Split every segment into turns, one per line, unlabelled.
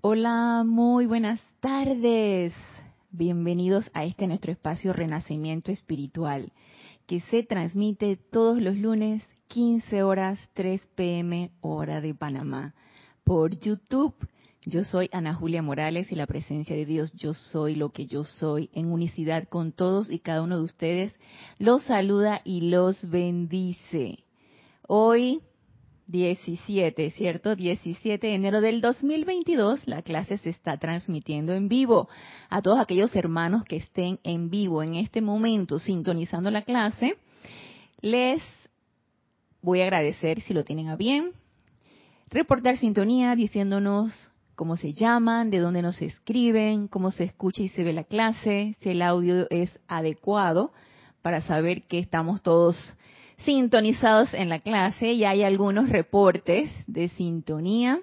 Hola, muy buenas tardes. Bienvenidos a este nuestro espacio Renacimiento Espiritual, que se transmite todos los lunes, 15 horas, 3 p.m. hora de Panamá, por YouTube. Yo soy Ana Julia Morales y la presencia de Dios, yo soy lo que yo soy, en unicidad con todos y cada uno de ustedes, los saluda y los bendice. Hoy 17, ¿cierto? 17 de enero del 2022, la clase se está transmitiendo en vivo. A todos aquellos hermanos que estén en vivo en este momento sintonizando la clase, les voy a agradecer, si lo tienen a bien, reportar sintonía diciéndonos cómo se llaman, de dónde nos escriben, cómo se escucha y se ve la clase, si el audio es adecuado para saber que estamos todos sintonizados en la clase. Ya hay algunos reportes de sintonía.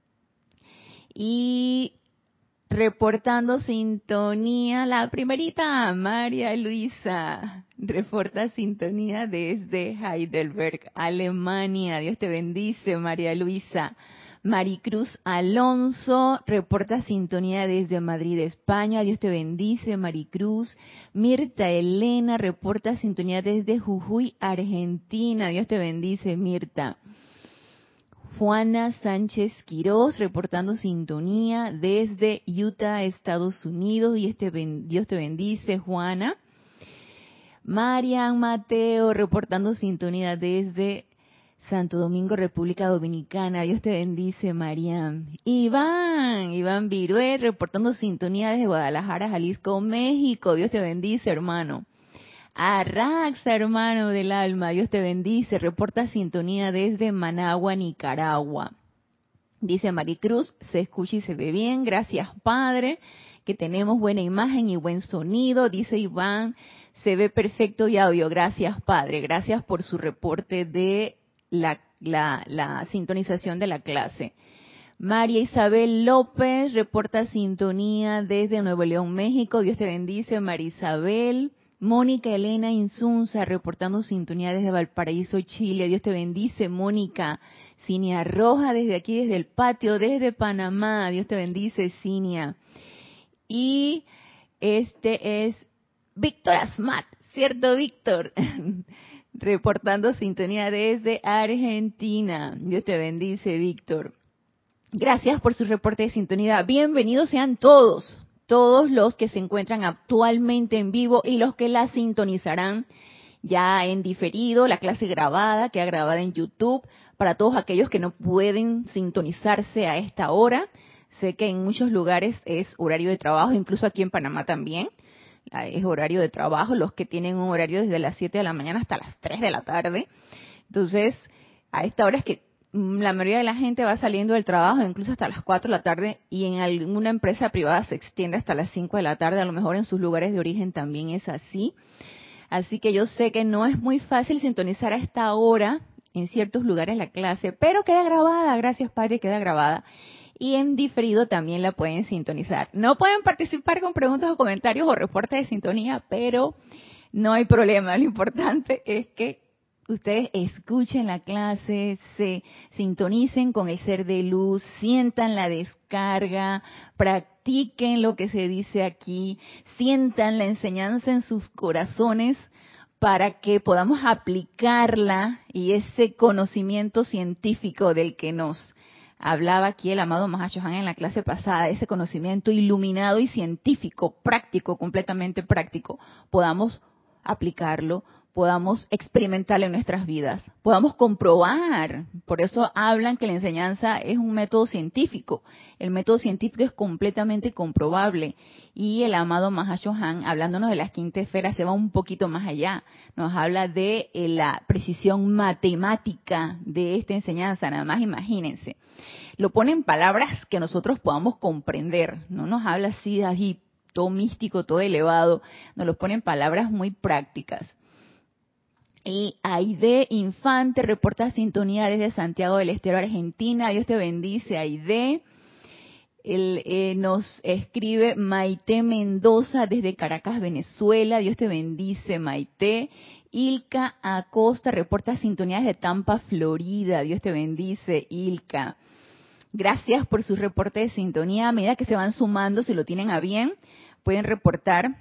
Y reportando sintonía, la primerita, María Luisa, reporta sintonía desde Heidelberg, Alemania. Dios te bendice, María Luisa. Maricruz Alonso reporta sintonía desde Madrid, España. Dios te bendice, Maricruz. Mirta Elena reporta sintonía desde Jujuy, Argentina. Dios te bendice, Mirta. Juana Sánchez Quirós reportando sintonía desde Utah, Estados Unidos. Dios te bendice, Juana. Marian Mateo reportando sintonía desde Santo Domingo, República Dominicana. Dios te bendice, Marian. Iván Viruet reportando sintonía desde Guadalajara, Jalisco, México. Dios te bendice, hermano. Arraxa, hermano del alma, Dios te bendice. Reporta sintonía desde Managua, Nicaragua. Dice Maricruz, se escucha y se ve bien. Gracias, Padre, que tenemos buena imagen y buen sonido. Dice Iván, se ve perfecto y audio. Gracias, Padre. Gracias por su reporte de la sintonización de la clase. María Isabel López reporta sintonía desde Nuevo León, México. Dios te bendice, María Isabel. Mónica Elena Insunza reportando sintonía desde Valparaíso, Chile. Dios te bendice, Mónica. Cinia Roja desde aquí, desde el patio, desde Panamá. Dios te bendice, Cinia. Y este es Víctor Asmat, ¿cierto, Víctor? Reportando sintonía desde Argentina. Dios te bendice, Víctor. Gracias por su reporte de sintonía. Bienvenidos sean todos los que se encuentran actualmente en vivo y los que la sintonizarán ya en diferido, la clase grabada, queda grabada en YouTube, para todos aquellos que no pueden sintonizarse a esta hora. Sé que en muchos lugares es horario de trabajo, incluso aquí en Panamá también es horario de trabajo, los que tienen un horario desde las 7 de la mañana hasta las 3 de la tarde. Entonces, a esta hora es que la mayoría de la gente va saliendo del trabajo, incluso hasta las 4 de la tarde, y en alguna empresa privada se extiende hasta las 5 de la tarde, a lo mejor en sus lugares de origen también es así. Así que yo sé que no es muy fácil sintonizar a esta hora en ciertos lugares la clase, pero queda grabada, gracias Padre, queda grabada. Y en diferido también la pueden sintonizar. No pueden participar con preguntas o comentarios o reportes de sintonía, pero no hay problema. Lo importante es que ustedes escuchen la clase, se sintonicen con el ser de luz, sientan la descarga, practiquen lo que se dice aquí, sientan la enseñanza en sus corazones para que podamos aplicarla y ese conocimiento científico del que nos hablaba aquí el amado Mahacho Han en la clase pasada, ese conocimiento iluminado y científico, práctico, completamente práctico, podamos aplicarlo, podamos experimentarlo en nuestras vidas, podamos comprobar. Por eso hablan que la enseñanza es un método científico. El método científico es completamente comprobable. Y el amado Mahacho Han, hablándonos de las quinta esferas, se va un poquito más allá. Nos habla de la precisión matemática de esta enseñanza. Nada más imagínense. Lo pone en palabras que nosotros podamos comprender. No nos habla así todo místico, todo elevado. Nos lo pone en palabras muy prácticas. Y Aide Infante reporta sintonía desde Santiago del Estero, Argentina. Dios te bendice, Aide. Nos escribe Maite Mendoza desde Caracas, Venezuela. Dios te bendice, Maite. Ilka Acosta reporta sintonía desde Tampa, Florida. Dios te bendice, Ilka. Gracias por su reporte de sintonía. A medida que se van sumando, si lo tienen a bien, pueden reportar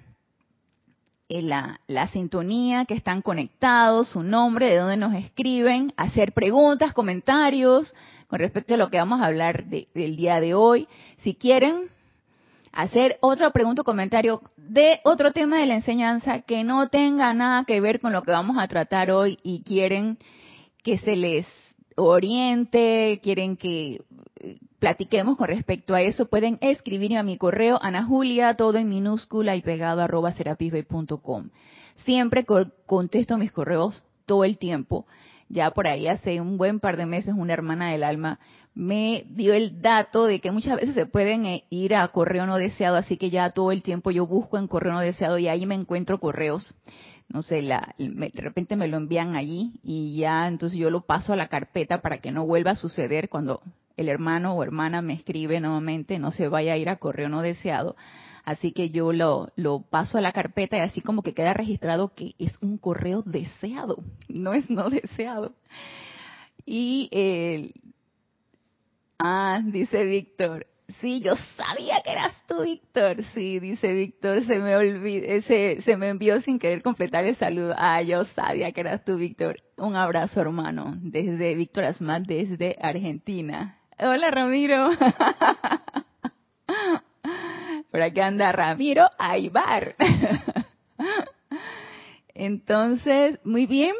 la sintonía, que están conectados, su nombre, de dónde nos escriben, hacer preguntas, comentarios con respecto a lo que vamos a hablar del día de hoy. Si quieren hacer otra pregunta o comentario de otro tema de la enseñanza que no tenga nada que ver con lo que vamos a tratar hoy y quieren que se les oriente, quieren que platiquemos con respecto a eso, pueden escribirme a mi correo, Ana Julia, todo en minúscula y pegado, @serapisbay.com. Siempre contesto mis correos todo el tiempo. Ya por ahí hace un buen par de meses una hermana del alma me dio el dato de que muchas veces se pueden ir a correo no deseado, así que ya todo el tiempo yo busco en correo no deseado y ahí me encuentro correos. No sé, de repente me lo envían allí y ya entonces yo lo paso a la carpeta para que no vuelva a suceder cuando el hermano o hermana me escribe nuevamente, no se vaya a ir a correo no deseado. Así que yo lo paso a la carpeta y así como que queda registrado que es un correo deseado, no es no deseado. Y dice Víctor, sí, yo sabía que eras tú, Víctor. Sí, dice Víctor, se me olvidó, se me envió sin querer completar el saludo. Yo sabía que eras tú, Víctor. Un abrazo, hermano, desde Víctor Asmat, desde Argentina. Hola, Ramiro. Por aquí anda Ramiro Aybar. Entonces, muy bien,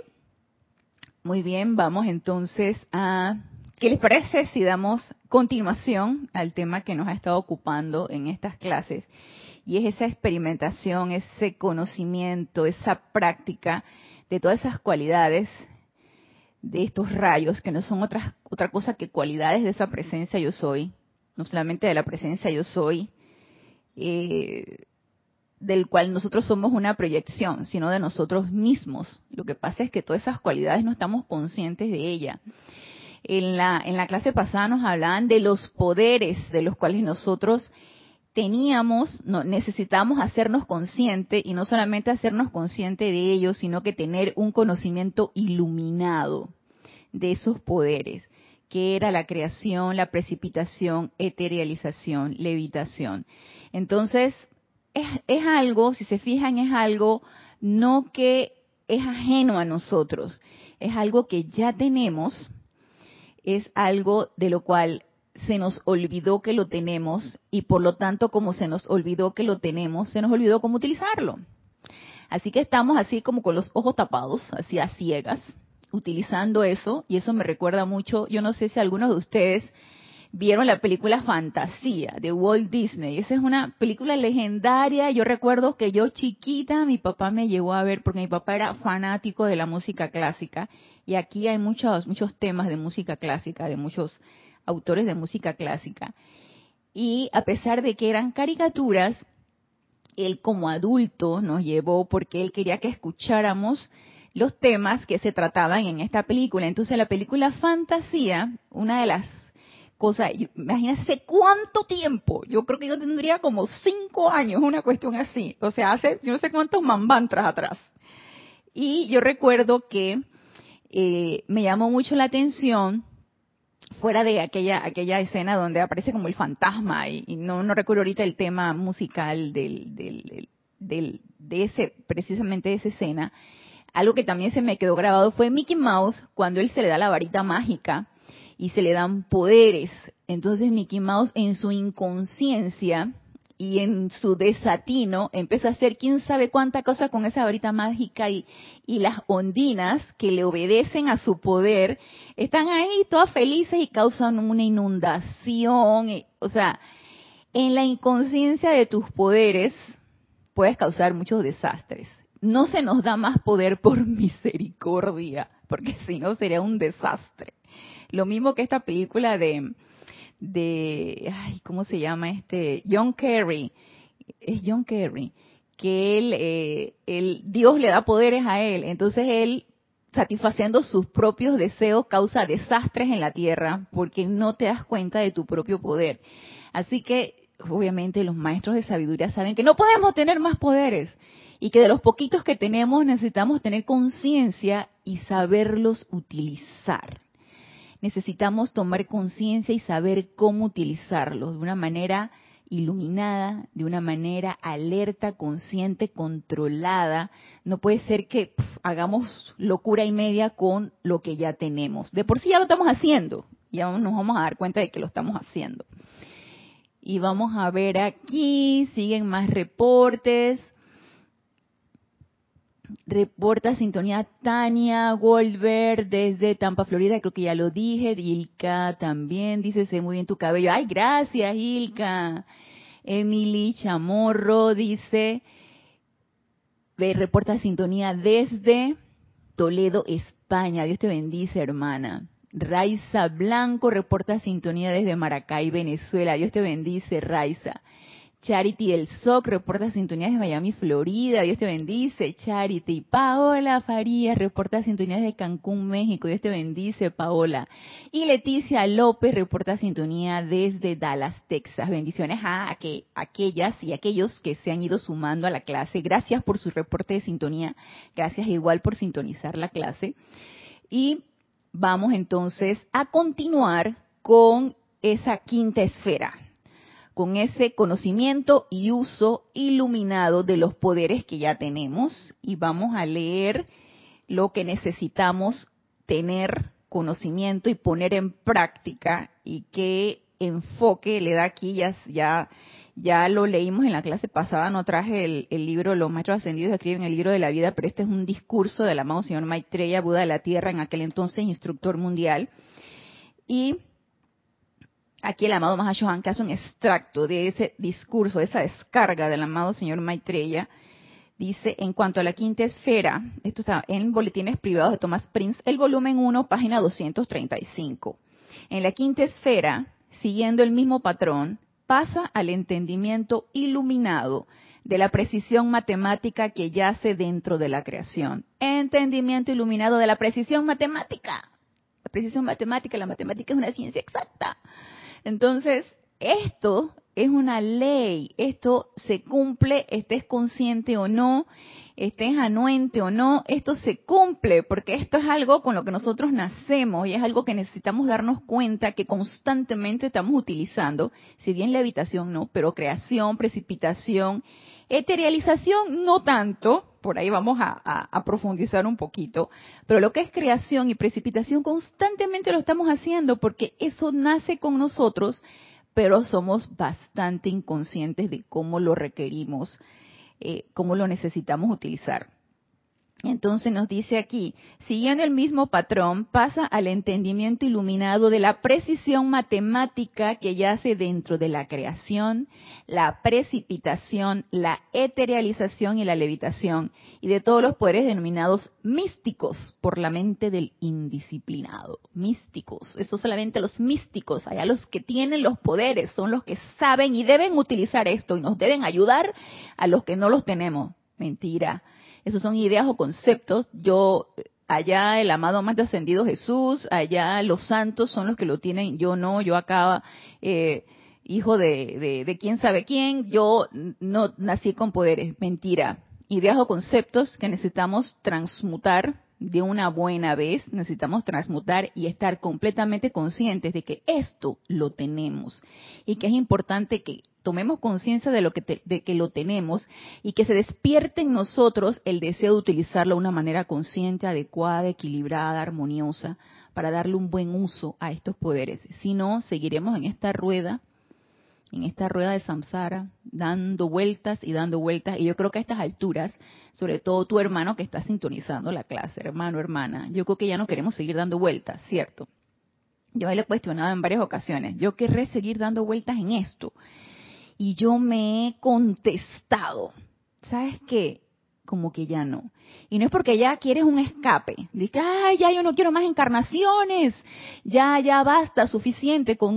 vamos entonces a... ¿Qué les parece si damos continuación al tema que nos ha estado ocupando en estas clases? Y es esa experimentación, ese conocimiento, esa práctica de todas esas cualidades de estos rayos, que no son otra cosa que cualidades de esa presencia yo soy, no solamente de la presencia yo soy, del cual nosotros somos una proyección, sino de nosotros mismos. Lo que pasa es que todas esas cualidades no estamos conscientes de ellas. En la clase pasada nos hablaban de los poderes de los cuales nosotros necesitamos hacernos conscientes, y no solamente hacernos conscientes de ellos, sino que tener un conocimiento iluminado de esos poderes, que era la creación, la precipitación, eterialización, levitación. Entonces, es algo, si se fijan, es algo no que es ajeno a nosotros, es algo que ya tenemos, es algo de lo cual se nos olvidó que lo tenemos, y por lo tanto, como se nos olvidó que lo tenemos, se nos olvidó cómo utilizarlo. Así que estamos así como con los ojos tapados, así a ciegas, utilizando eso, y eso me recuerda mucho, yo no sé si algunos de ustedes vieron la película Fantasía de Walt Disney. Esa es una película legendaria. Yo recuerdo que yo chiquita, mi papá me llevó a ver, porque mi papá era fanático de la música clásica, y aquí hay muchos temas de música clásica, de muchos autores de música clásica. Y a pesar de que eran caricaturas, él como adulto nos llevó porque él quería que escucháramos los temas que se trataban en esta película. Entonces la película Fantasía, una de las cosas, imagínense cuánto tiempo, yo creo que yo tendría como 5 años, una cuestión así, o sea, hace yo no sé cuántos mambantras atrás. Y yo recuerdo que me llamó mucho la atención, fuera de aquella escena donde aparece como el fantasma, y no recuerdo ahorita el tema musical de precisamente de esa escena. Algo que también se me quedó grabado fue Mickey Mouse, cuando él se le da la varita mágica y se le dan poderes. Entonces Mickey Mouse, en su inconsciencia y en su desatino, empieza a hacer quién sabe cuánta cosa con esa varita mágica, y las ondinas que le obedecen a su poder están ahí todas felices y causan una inundación. O sea, en la inconsciencia de tus poderes puedes causar muchos desastres. No se nos da más poder por misericordia, porque si no sería un desastre. Lo mismo que esta película ¿cómo se llama John Kerry. Es John Kerry, que Dios le da poderes a él, entonces él, satisfaciendo sus propios deseos, causa desastres en la tierra porque no te das cuenta de tu propio poder. Así que, obviamente, los maestros de sabiduría saben que no podemos tener más poderes, y que de los poquitos que tenemos necesitamos tener conciencia y saberlos utilizar. necesitamos tomar conciencia y saber cómo utilizarlos de una manera iluminada, de una manera alerta, consciente, controlada. No puede ser que hagamos locura y media con lo que ya tenemos. De por sí ya lo estamos haciendo, ya nos vamos a dar cuenta de que lo estamos haciendo. Y vamos a ver aquí, siguen más reportes. Reporta sintonía Tania Goldberg desde Tampa, Florida, creo que ya lo dije. Ilka también dice, sé muy bien tu cabello. Ay, gracias, Ilka. Emily Chamorro dice, reporta sintonía desde Toledo, España. Dios te bendice, hermana. Raiza Blanco reporta sintonía desde Maracay, Venezuela. Dios te bendice, Raiza. Charity del SOC reporta sintonía desde Miami, Florida. Dios te bendice, Charity. Paola Farías reporta sintonía desde Cancún, México. Dios te bendice, Paola. Y Leticia López reporta sintonía desde Dallas, Texas. Bendiciones a aquellas y aquellos que se han ido sumando a la clase. Gracias por su reporte de sintonía. Gracias igual por sintonizar la clase. Y vamos entonces a continuar con esa quinta esfera, con ese conocimiento y uso iluminado de los poderes que ya tenemos, y vamos a leer lo que necesitamos tener conocimiento y poner en práctica, y qué enfoque le da aquí. Ya lo leímos en la clase pasada, no traje el libro, los maestros ascendidos escriben el libro de la vida, pero este es un discurso del amado señor Maitreya, Buda de la Tierra, en aquel entonces instructor mundial. Y aquí el amado Mahashohan, que hace un extracto de ese discurso, de esa descarga del amado señor Maitreya, dice, en cuanto a la quinta esfera, esto está en Boletines Privados de Thomas Prince, el volumen 1, página 235. En la quinta esfera, siguiendo el mismo patrón, pasa al entendimiento iluminado de la precisión matemática que yace dentro de la creación. Entendimiento iluminado de la precisión matemática. La precisión matemática, la matemática es una ciencia exacta. Entonces, esto es una ley, esto se cumple, estés consciente o no, estés anuente o no, esto se cumple, porque esto es algo con lo que nosotros nacemos y es algo que necesitamos darnos cuenta que constantemente estamos utilizando, si bien levitación no, pero creación, precipitación, eterialización no tanto, por ahí vamos a profundizar un poquito, pero lo que es creación y precipitación constantemente lo estamos haciendo porque eso nace con nosotros, pero somos bastante inconscientes de cómo lo requerimos, cómo lo necesitamos utilizar. Entonces nos dice aquí, siguiendo el mismo patrón, pasa al entendimiento iluminado de la precisión matemática que yace dentro de la creación, la precipitación, la eterialización y la levitación, y de todos los poderes denominados místicos por la mente del indisciplinado. Místicos, eso solamente los místicos, allá los que tienen los poderes, son los que saben y deben utilizar esto y nos deben ayudar a los que no los tenemos. Mentira. Esos son ideas o conceptos. Allá el amado más ascendido Jesús, allá los santos son los que lo tienen, yo no, yo acá, hijo de quién sabe quién, yo no nací con poderes. Mentira. Ideas o conceptos que necesitamos transmutar de una buena vez, necesitamos transmutar y estar completamente conscientes de que esto lo tenemos y que es importante que tomemos conciencia de de que lo tenemos y que se despierte en nosotros el deseo de utilizarlo de una manera consciente, adecuada, equilibrada, armoniosa, para darle un buen uso a estos poderes. Si no, seguiremos en esta rueda de samsara, dando vueltas, y yo creo que a estas alturas, sobre todo tu hermano que está sintonizando la clase, hermano, hermana, yo creo que ya no queremos seguir dando vueltas, ¿cierto? Yo le he cuestionado en varias ocasiones, yo querré seguir dando vueltas en esto, y yo me he contestado, ¿sabes qué? Como que ya no. Y no es porque ya quieres un escape. Dices, ay, ya yo no quiero más encarnaciones, ya basta, suficiente con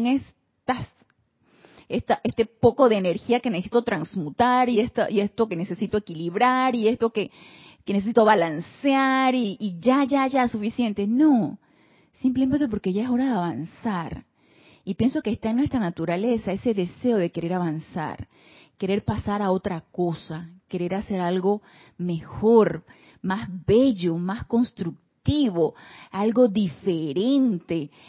este poco de energía que necesito transmutar y esto que necesito equilibrar y esto que necesito balancear y ya, suficiente. No, simplemente porque ya es hora de avanzar. Y pienso que está en nuestra naturaleza ese deseo de querer avanzar, querer pasar a otra cosa, querer hacer algo mejor, más bello, más constructivo, algo diferente.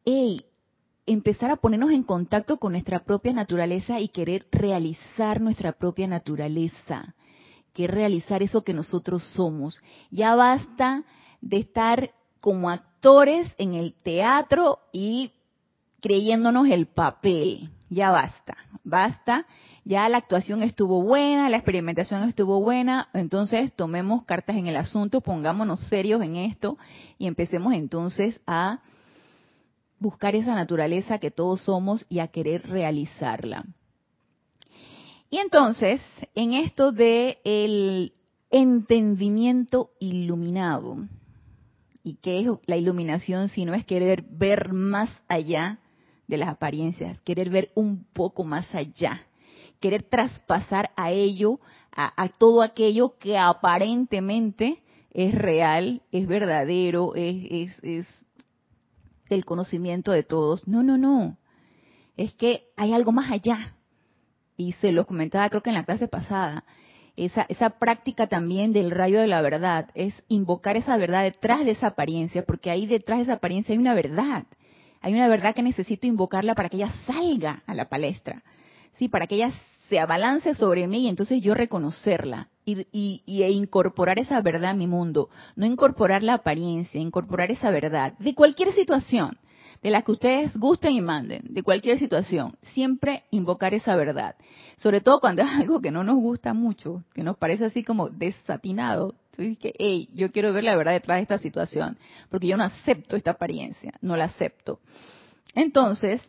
empezar a ponernos en contacto con nuestra propia naturaleza y querer realizar nuestra propia naturaleza, querer realizar eso que nosotros somos. Ya basta de estar como actores en el teatro y creyéndonos el papel. Ya basta, basta. Ya la actuación estuvo buena, la experimentación estuvo buena, entonces tomemos cartas en el asunto, pongámonos serios en esto y empecemos entonces a buscar esa naturaleza que todos somos y a querer realizarla. Y entonces, en esto de el entendimiento iluminado, ¿y qué es la iluminación si no es querer ver más allá de las apariencias, querer ver un poco más allá, querer traspasar a ello, a todo aquello que aparentemente es real, es verdadero, es del conocimiento de todos? No, no, no. Es que hay algo más allá. Y se lo comentaba creo que en la clase pasada. Esa práctica también del rayo de la verdad es invocar esa verdad detrás de esa apariencia, porque ahí detrás de esa apariencia hay una verdad. Hay una verdad que necesito invocarla para que ella salga a la palestra. Sí, para que ella se abalance sobre mí y entonces yo reconocerla e incorporar esa verdad a mi mundo. No incorporar la apariencia, incorporar esa verdad de cualquier situación, de la que ustedes gusten y manden, de cualquier situación. Siempre invocar esa verdad. Sobre todo cuando es algo que no nos gusta mucho, que nos parece así como desatinado. Entonces, que, hey, yo quiero ver la verdad detrás de esta situación, porque yo no acepto esta apariencia, no la acepto. Entonces,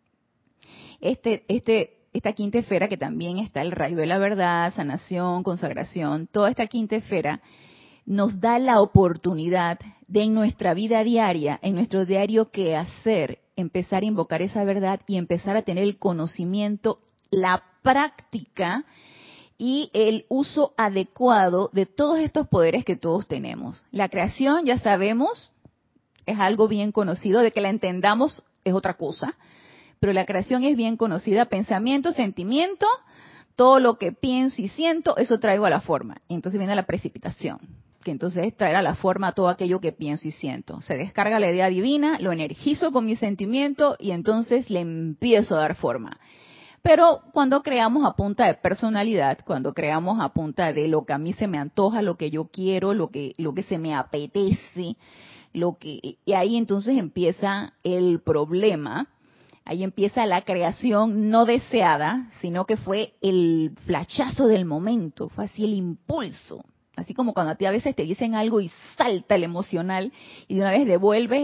esta quinta esfera, que también está el rayo de la verdad, sanación, consagración, toda esta quinta esfera nos da la oportunidad de en nuestra vida diaria, en nuestro diario quehacer, empezar a invocar esa verdad y empezar a tener el conocimiento, la práctica y el uso adecuado de todos estos poderes que todos tenemos. La creación, ya sabemos, es algo bien conocido, de que la entendamos es otra cosa, pero la creación es bien conocida: pensamiento, sentimiento, todo lo que pienso y siento, eso traigo a la forma. Y entonces viene la precipitación, que entonces es traer a la forma todo aquello que pienso y siento. Se descarga la idea divina, lo energizo con mi sentimiento y entonces le empiezo a dar forma. Pero cuando creamos a punta de personalidad, cuando creamos a punta de lo que a mí se me antoja, lo que yo quiero, lo que se me apetece, y ahí entonces empieza el problema. Ahí empieza la creación no deseada, sino que fue el flachazo del momento, fue así el impulso. Así como cuando a ti a veces te dicen algo y salta el emocional y de una vez devuelves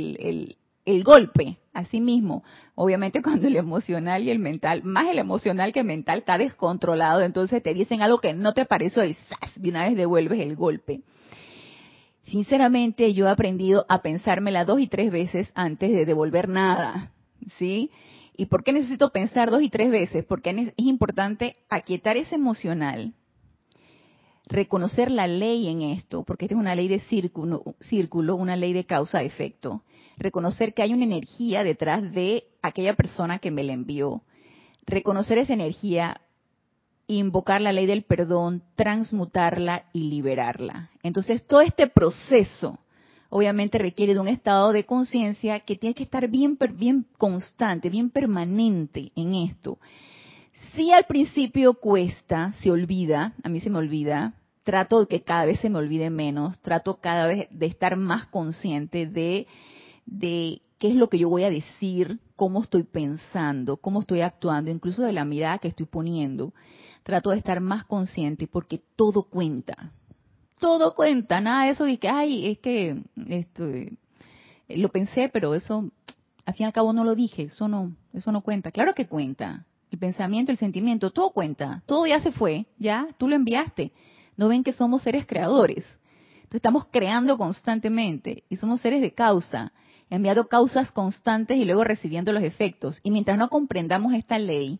el golpe, así mismo. Obviamente cuando el emocional y el mental, más el emocional que el mental, está descontrolado, entonces te dicen algo que no te pareció y ¡zas!, de una vez devuelves el golpe. Sinceramente yo he aprendido a pensármela 2 y 3 veces antes de devolver nada, ¿sí? ¿Y por qué necesito pensar 2 y 3 veces? Porque es importante aquietar ese emocional, reconocer la ley en esto, porque esta es una ley de círculo, una ley de causa-efecto. Reconocer que hay una energía detrás de aquella persona que me la envió. Reconocer esa energía, invocar la ley del perdón, transmutarla y liberarla. Entonces, todo este proceso obviamente requiere de un estado de conciencia que tiene que estar bien constante, bien permanente en esto. Si al principio cuesta, se olvida, a mí se me olvida, trato de que cada vez se me olvide menos, trato cada vez de estar más consciente de qué es lo que yo voy a decir, cómo estoy pensando, cómo estoy actuando, incluso de la mirada que estoy poniendo. Trato de estar más consciente porque todo cuenta. Todo cuenta, nada de eso de que, ay, es que esto, lo pensé, pero eso, al fin y al cabo no lo dije, eso no cuenta. Claro que cuenta. El pensamiento, el sentimiento, todo cuenta. Todo ya se fue, ya, tú lo enviaste. ¿No ven que somos seres creadores? Entonces estamos creando constantemente y somos seres de causa, enviando causas constantes y luego recibiendo los efectos. Y mientras no comprendamos esta ley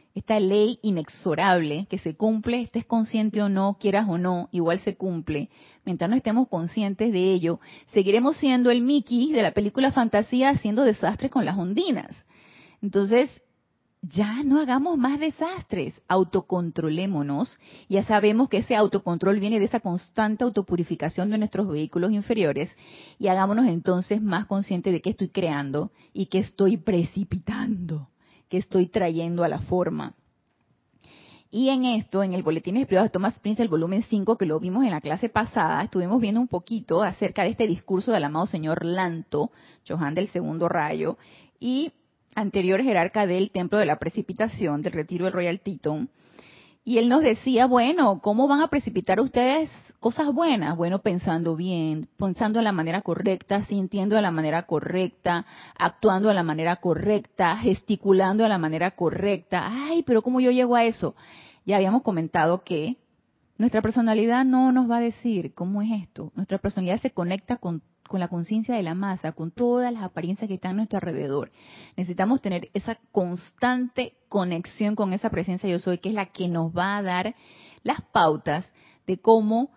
inexorable que se cumple, estés consciente o no, quieras o no, igual se cumple. Mientras no estemos conscientes de ello, seguiremos siendo el Mickey de la película Fantasía haciendo desastres con las ondinas. Entonces, ya no hagamos más desastres, autocontrolémonos. Ya sabemos que ese autocontrol viene de esa constante autopurificación de nuestros vehículos inferiores y hagámonos entonces más conscientes de qué estoy creando y qué estoy precipitando, qué estoy trayendo a la forma. Y en esto, en el Boletín Explicado de Thomas Prince, el volumen 5, que lo vimos en la clase pasada, estuvimos viendo un poquito acerca de este discurso del amado señor Lanto, Chohan del segundo rayo, y anterior jerarca del Templo de la Precipitación, del Retiro del Royal Teton. Y él nos decía, bueno, ¿cómo van a precipitar ustedes cosas buenas? Bueno, pensando bien, pensando de la manera correcta, sintiendo de la manera correcta, actuando de la manera correcta, gesticulando de la manera correcta. Ay, pero ¿cómo yo llego a eso? Ya habíamos comentado que nuestra personalidad no nos va a decir cómo es esto. Nuestra personalidad se conecta con la conciencia de la masa, con todas las apariencias que están a nuestro alrededor. Necesitamos tener esa constante conexión con esa presencia yo soy, que es la que nos va a dar las pautas de cómo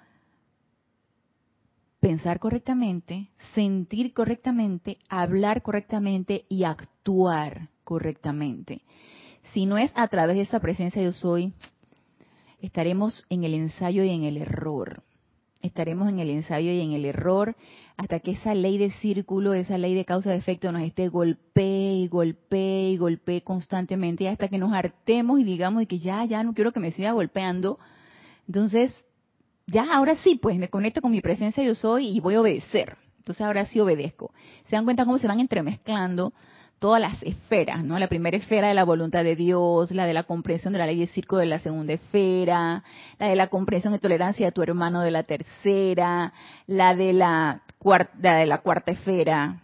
pensar correctamente, sentir correctamente, hablar correctamente y actuar correctamente. Si no es a través de esa presencia yo soy, estaremos en el ensayo y en el error. Estaremos en el ensayo y en el error hasta que esa ley de círculo, esa ley de causa y efecto nos esté golpee y golpee y golpee constantemente, hasta que nos hartemos y digamos que ya no quiero que me siga golpeando. Entonces, ya ahora sí, pues me conecto con mi presencia yo soy y voy a obedecer. Entonces ahora sí obedezco. Se dan cuenta cómo se van entremezclando todas las esferas, ¿no? La primera esfera de la voluntad de Dios, la de la comprensión de la ley del círculo de la segunda esfera, la de la comprensión y tolerancia de tu hermano de la tercera, la de la cuarta esfera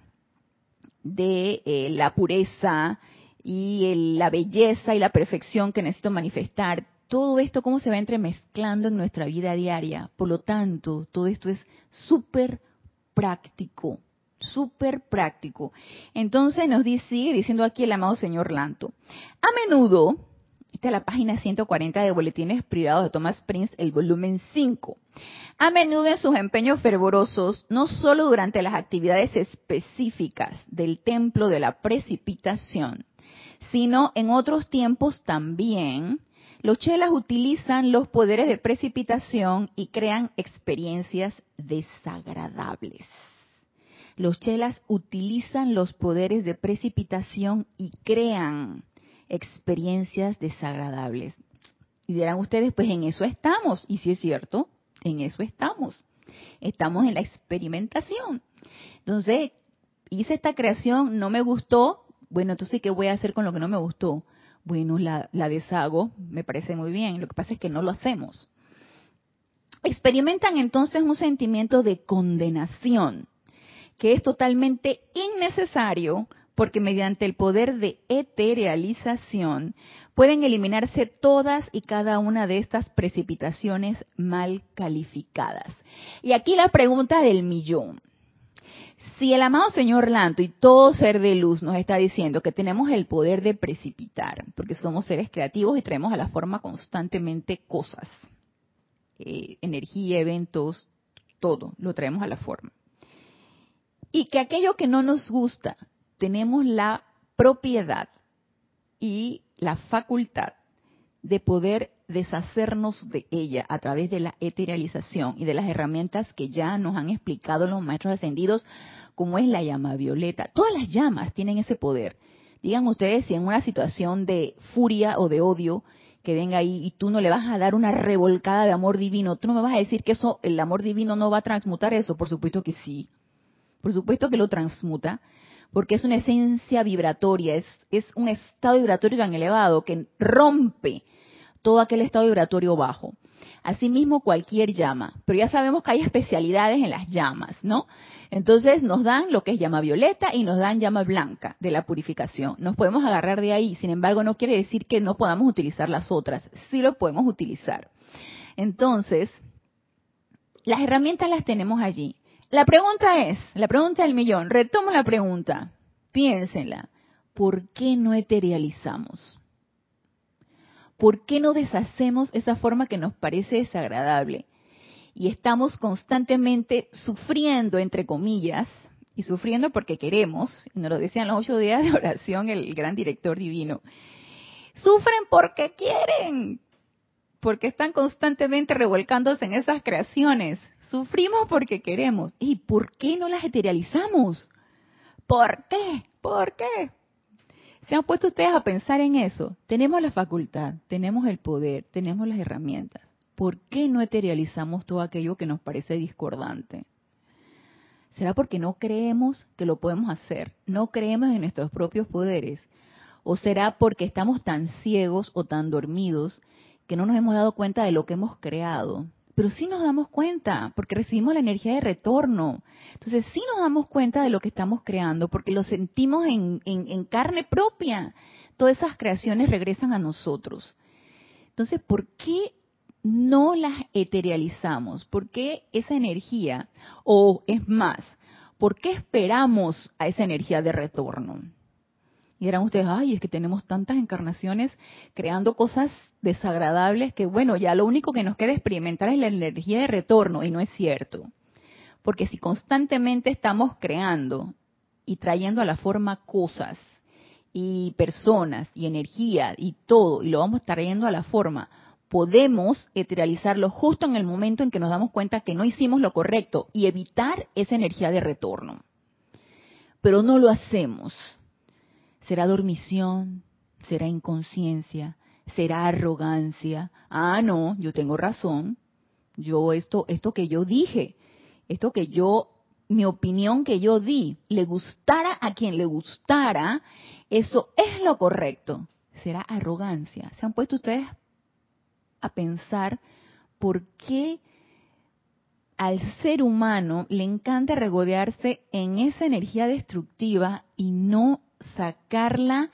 de la pureza y la belleza y la perfección que necesito manifestar. Todo esto cómo se va entremezclando en nuestra vida diaria. Por lo tanto, todo esto es súper práctico. Súper práctico. Entonces sigue diciendo aquí el amado señor Lanto. A menudo, esta es la página 140 de Boletines Privados de Thomas Prince, el volumen 5. A menudo en sus empeños fervorosos, no solo durante las actividades específicas del templo de la precipitación, sino en otros tiempos también, los chelas utilizan los poderes de precipitación y crean experiencias desagradables. Los chelas utilizan los poderes de precipitación y crean experiencias desagradables. Y dirán ustedes, pues en eso estamos. Y sí es cierto, en eso estamos. Estamos en la experimentación. Entonces, hice esta creación, no me gustó. Bueno, entonces, ¿qué voy a hacer con lo que no me gustó? Bueno, la deshago, me parece muy bien. Lo que pasa es que no lo hacemos. Experimentan entonces un sentimiento de condenación, que es totalmente innecesario porque mediante el poder de eterealización pueden eliminarse todas y cada una de estas precipitaciones mal calificadas. Y aquí la pregunta del millón. Si el amado señor Lanto y todo ser de luz nos está diciendo que tenemos el poder de precipitar, porque somos seres creativos y traemos a la forma constantemente cosas, energía, eventos, todo lo traemos a la forma. Y que aquello que no nos gusta, tenemos la propiedad y la facultad de poder deshacernos de ella a través de la eterealización y de las herramientas que ya nos han explicado los maestros ascendidos, como es la llama violeta. Todas las llamas tienen ese poder. Digan ustedes si en una situación de furia o de odio que venga ahí y tú no le vas a dar una revolcada de amor divino, tú no me vas a decir que eso, el amor divino no va a transmutar eso. Por supuesto que sí. Por supuesto que lo transmuta, porque es una esencia vibratoria, es un estado vibratorio tan elevado que rompe todo aquel estado vibratorio bajo. Asimismo, cualquier llama, pero ya sabemos que hay especialidades en las llamas, ¿no? Entonces nos dan lo que es llama violeta y nos dan llama blanca de la purificación. Nos podemos agarrar de ahí, sin embargo, no quiere decir que no podamos utilizar las otras, sí lo podemos utilizar. Entonces, las herramientas las tenemos allí. La pregunta del millón, retomo la pregunta, piénsenla, ¿por qué no eterealizamos? ¿Por qué no deshacemos esa forma que nos parece desagradable? Y estamos constantemente sufriendo, entre comillas, y sufriendo porque queremos, y nos lo decían los 8 días de oración el gran director divino, Sufren porque quieren, porque están constantemente revolcándose en esas creaciones. Sufrimos porque queremos. ¿Y por qué no las eterealizamos? ¿Por qué? ¿Por qué? ¿Se han puesto ustedes a pensar en eso? Tenemos la facultad, tenemos el poder, tenemos las herramientas. ¿Por qué no eterealizamos todo aquello que nos parece discordante? ¿Será porque no creemos que lo podemos hacer? ¿No creemos en nuestros propios poderes? ¿O será porque estamos tan ciegos o tan dormidos que no nos hemos dado cuenta de lo que hemos creado? Pero sí nos damos cuenta, porque recibimos la energía de retorno. Entonces sí nos damos cuenta de lo que estamos creando, porque lo sentimos en carne propia. Todas esas creaciones regresan a nosotros. Entonces, ¿por qué no las eterealizamos? ¿Por qué esa energía, o es más, por qué esperamos a esa energía de retorno? Y dirán ustedes, ay, es que tenemos tantas encarnaciones creando cosas desagradables que, bueno, ya lo único que nos queda experimentar es la energía de retorno, y no es cierto. Porque si constantemente estamos creando y trayendo a la forma cosas y personas y energía y todo, y lo vamos trayendo a la forma, podemos eterealizarlo justo en el momento en que nos damos cuenta que no hicimos lo correcto y evitar esa energía de retorno. Pero no lo hacemos. ¿Será dormición? ¿Será inconsciencia? ¿Será arrogancia? Ah, no, yo tengo razón. Yo esto que yo dije, mi opinión que yo di, le gustara a quien le gustara, eso es lo correcto. ¿Será arrogancia? ¿Se han puesto ustedes a pensar por qué al ser humano le encanta regodearse en esa energía destructiva y no sacarla,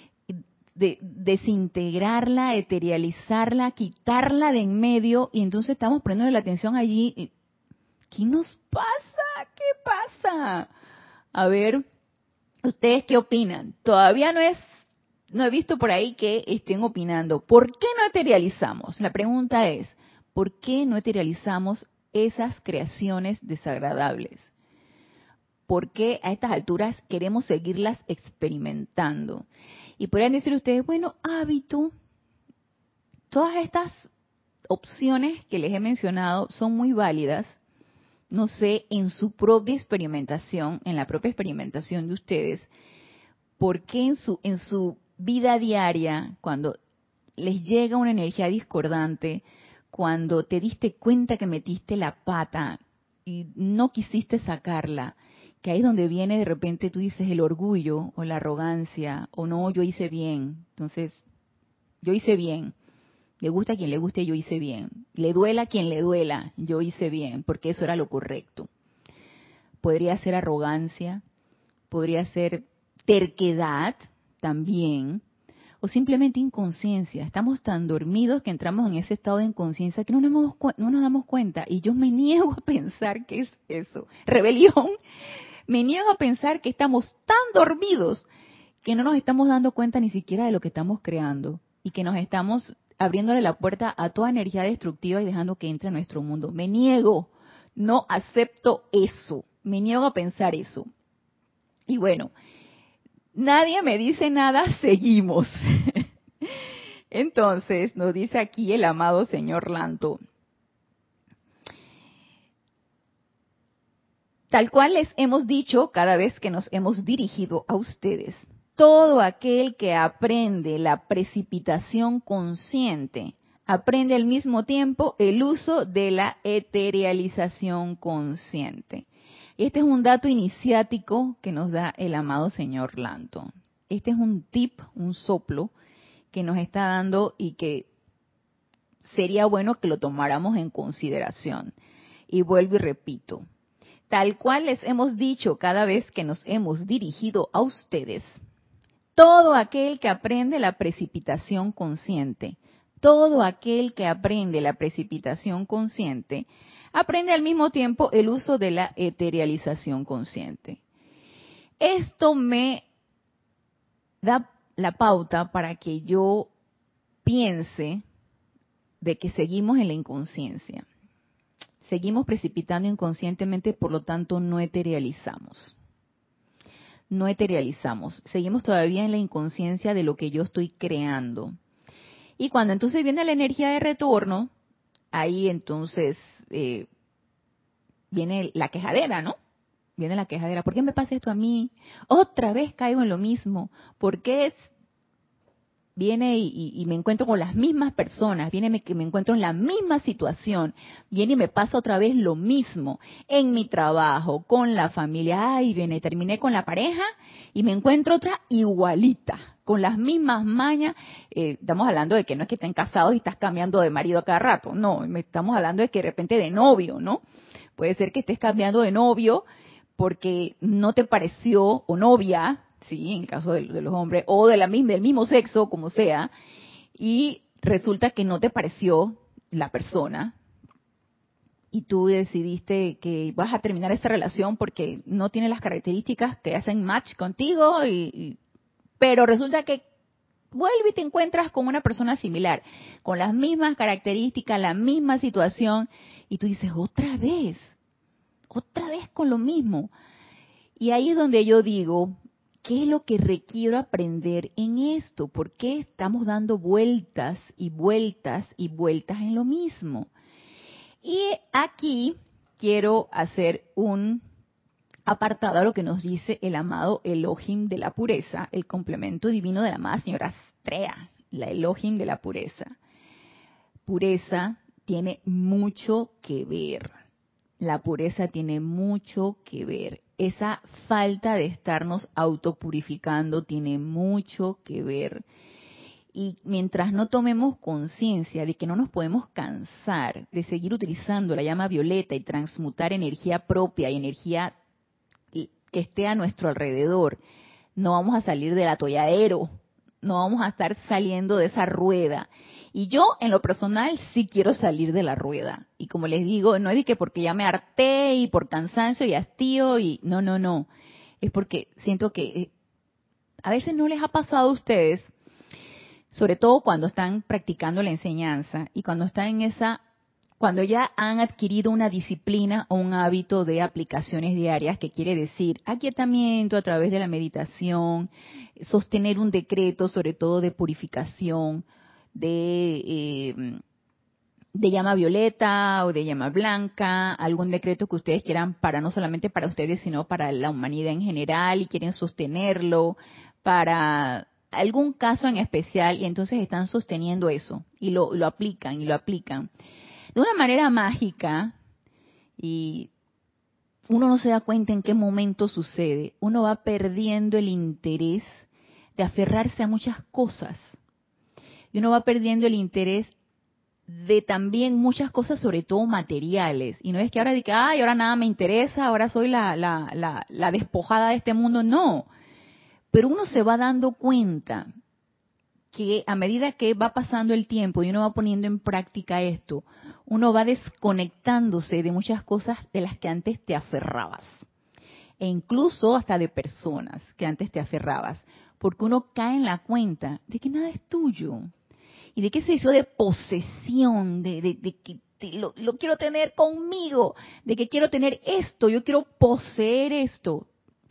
desintegrarla, eterealizarla, quitarla de en medio, y entonces estamos poniendo la atención allí? ¿Qué nos pasa? ¿Qué pasa? A ver, ¿ustedes qué opinan? Todavía no he visto por ahí que estén opinando. ¿Por qué no eterealizamos? La pregunta es, ¿por qué no eterealizamos esas creaciones desagradables? ¿Por qué a estas alturas queremos seguirlas experimentando? Y podrían decir ustedes, bueno, hábito. Todas estas opciones que les he mencionado son muy válidas. No sé, en su propia experimentación, en la propia experimentación de ustedes, ¿por qué en su vida diaria, cuando les llega una energía discordante, cuando te diste cuenta que metiste la pata y no quisiste sacarla, que ahí es donde viene de repente tú dices el orgullo o la arrogancia, o no, yo hice bien, entonces yo hice bien? Le gusta a quien le guste, yo hice bien. Le duela a quien le duela, yo hice bien, porque eso era lo correcto. Podría ser arrogancia, podría ser terquedad también, o simplemente inconsciencia. Estamos tan dormidos que entramos en ese estado de inconsciencia que no nos damos cuenta. Y yo me niego a pensar que es eso. Rebelión. Me niego a pensar que estamos tan dormidos que no nos estamos dando cuenta ni siquiera de lo que estamos creando y que nos estamos abriéndole la puerta a toda energía destructiva y dejando que entre a nuestro mundo. Me niego, no acepto eso, me niego a pensar eso. Y bueno, nadie me dice nada, seguimos. Entonces, nos dice aquí el amado señor Lanto, tal cual les hemos dicho cada vez que nos hemos dirigido a ustedes, todo aquel que aprende la precipitación consciente, aprende al mismo tiempo el uso de la eterealización consciente. Este es un dato iniciático que nos da el amado señor Lanto. Este es un tip, un soplo que nos está dando y que sería bueno que lo tomáramos en consideración. Y vuelvo y repito, tal cual les hemos dicho cada vez que nos hemos dirigido a ustedes, todo aquel que aprende la precipitación consciente, todo aquel que aprende la precipitación consciente, aprende al mismo tiempo el uso de la eterealización consciente. Esto me da la pauta para que yo piense de que seguimos en la inconsciencia. Seguimos precipitando inconscientemente, por lo tanto no eterealizamos. no eterializamos. Seguimos todavía en la inconsciencia de lo que yo estoy creando. Y cuando entonces viene la energía de retorno, ahí entonces viene la quejadera, ¿no? Viene la quejadera. ¿Por qué me pasa esto a mí? Otra vez caigo en lo mismo. ¿Por qué viene y me encuentro con las mismas personas? Viene que me encuentro en la misma situación. Viene y me pasa otra vez lo mismo. En mi trabajo, con la familia. Ay, viene, terminé con la pareja y me encuentro otra igualita, con las mismas mañas. Estamos hablando de que no es que estén casados y estás cambiando de marido a cada rato. No, estamos hablando de que de repente de novio, ¿no? Puede ser que estés cambiando de novio porque no te pareció, o novia, sí, en el caso de los hombres, o del mismo sexo, como sea, y resulta que no te pareció la persona, y tú decidiste que vas a terminar esta relación porque no tiene las características que hacen match contigo, pero resulta que vuelve y te encuentras con una persona similar, con las mismas características, la misma situación, y tú dices, otra vez con lo mismo. Y ahí es donde yo digo, ¿qué es lo que requiero aprender en esto? ¿Por qué estamos dando vueltas y vueltas y vueltas en lo mismo? Y aquí quiero hacer un apartado a lo que nos dice el amado Elohim de la pureza, el complemento divino de la amada señora Astrea, la Elohim de la pureza. Pureza tiene mucho que ver. La pureza tiene mucho que ver. Esa falta de estarnos autopurificando tiene mucho que ver. Y mientras no tomemos conciencia de que no nos podemos cansar de seguir utilizando la llama violeta y transmutar energía propia y energía que esté a nuestro alrededor, no vamos a salir del atolladero, no vamos a estar saliendo de esa rueda. Y yo, en lo personal, sí quiero salir de la rueda. Y como les digo, no es de que porque ya me harté y por cansancio y hastío y no. Es porque siento que a veces no les ha pasado a ustedes, sobre todo cuando están practicando la enseñanza y cuando están en cuando ya han adquirido una disciplina o un hábito de aplicaciones diarias, que quiere decir aquietamiento a través de la meditación, sostener un decreto, sobre todo de purificación, de llama violeta o de llama blanca, algún decreto que ustedes quieran para no solamente para ustedes, sino para la humanidad en general y quieren sostenerlo para algún caso en especial, y entonces están sosteniendo eso y lo aplican y lo aplican de una manera mágica, y uno no se da cuenta en qué momento sucede. Uno va perdiendo el interés de aferrarse a muchas cosas. Y uno va perdiendo el interés de también muchas cosas, sobre todo materiales. Y no es que ahora diga, ay, ahora nada me interesa, ahora soy la despojada de este mundo. No. Pero uno se va dando cuenta que a medida que va pasando el tiempo y uno va poniendo en práctica esto, uno va desconectándose de muchas cosas de las que antes te aferrabas. E incluso hasta de personas que antes te aferrabas. Porque uno cae en la cuenta de que nada es tuyo. Y de que se hizo de posesión, de que lo quiero tener conmigo, de que quiero tener esto, yo quiero poseer esto.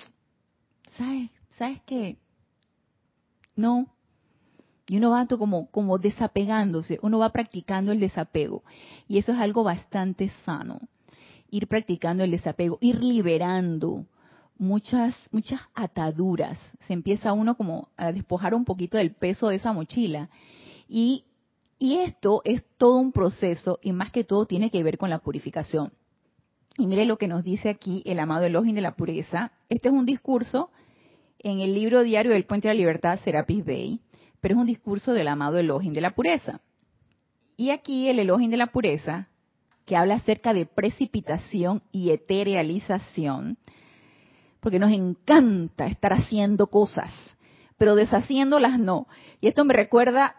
¿Sabes qué? No. Y uno va como desapegándose, uno va practicando el desapego. Y eso es algo bastante sano. Ir practicando el desapego, ir liberando muchas ataduras. Se empieza uno como a despojar un poquito del peso de esa mochila. Y esto es todo un proceso, y más que todo tiene que ver con la purificación. Y mire lo que nos dice aquí el amado Elohim de la pureza. Este es un discurso en el libro diario del Puente de la Libertad, Serapis Bey, pero es un discurso del amado Elohim de la pureza. Y aquí el Elohim de la pureza, que habla acerca de precipitación y eterealización, porque nos encanta estar haciendo cosas, pero deshaciéndolas no. Y esto me recuerda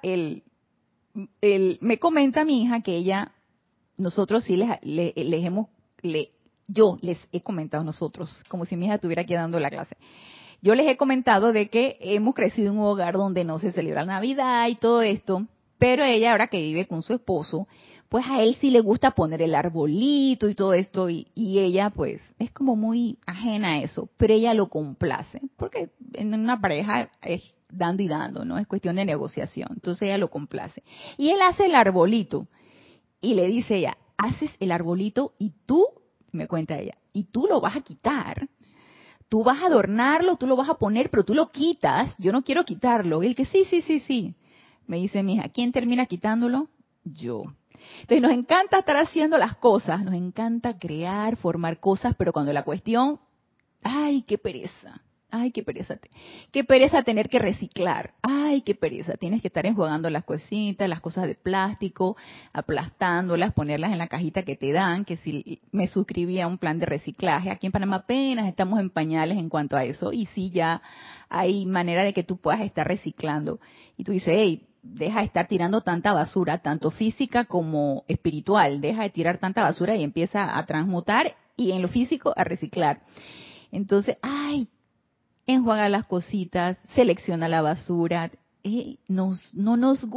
me comenta mi hija que nosotros sí yo les he comentado nosotros, como si mi hija estuviera aquí dando la clase. Yo les he comentado de que hemos crecido en un hogar donde no se celebra Navidad y todo esto, pero ella ahora que vive con su esposo, pues a él sí le gusta poner el arbolito y todo esto, y ella pues es como muy ajena a eso, pero ella lo complace, porque en una pareja es dando y dando, ¿no? Es cuestión de negociación, entonces ella lo complace. Y él hace el arbolito, y le dice ella, haces el arbolito y tú, me cuenta ella, y tú lo vas a quitar. Tú vas a adornarlo, tú lo vas a poner, pero tú lo quitas. Yo no quiero quitarlo. Y él que sí, sí, sí, sí. Me dice mi hija, ¿quién termina quitándolo? Yo. Entonces nos encanta estar haciendo las cosas, nos encanta crear, formar cosas, pero cuando la cuestión, ay, qué pereza. Ay, qué pereza tener que reciclar. Ay, qué pereza. Tienes que estar enjuagando las cositas, las cosas de plástico, aplastándolas, ponerlas en la cajita que te dan, que si me suscribí a un plan de reciclaje. Aquí en Panamá apenas estamos en pañales en cuanto a eso. Y sí, ya hay manera de que tú puedas estar reciclando. Y tú dices, hey, deja de estar tirando tanta basura, tanto física como espiritual. Deja de tirar tanta basura y empieza a transmutar y en lo físico a reciclar. Entonces, ay, enjuaga las cositas, selecciona la basura. No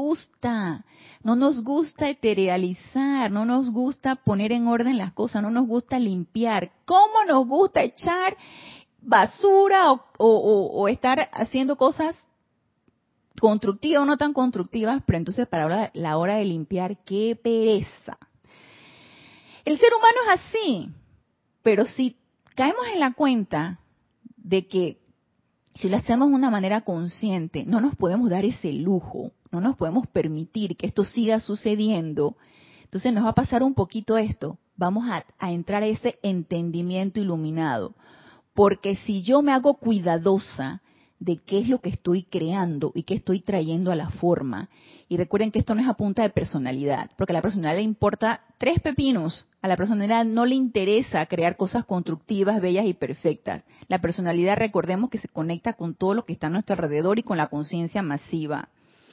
nos gusta eterealizar, no nos gusta poner en orden las cosas, no nos gusta limpiar. ¿Cómo nos gusta echar basura o estar haciendo cosas constructivas o no tan constructivas? Pero entonces para la hora de limpiar, qué pereza. El ser humano es así, pero si caemos en la cuenta de que si lo hacemos de una manera consciente, no nos podemos dar ese lujo, no nos podemos permitir que esto siga sucediendo, entonces nos va a pasar un poquito esto, vamos a entrar a ese entendimiento iluminado, porque si yo me hago cuidadosa de qué es lo que estoy creando y qué estoy trayendo a la forma, y recuerden que esto no es a punta de personalidad, porque a la personalidad le importa 3 pepinos. A la personalidad no le interesa crear cosas constructivas, bellas y perfectas. La personalidad, recordemos que se conecta con todo lo que está a nuestro alrededor y con la conciencia masiva.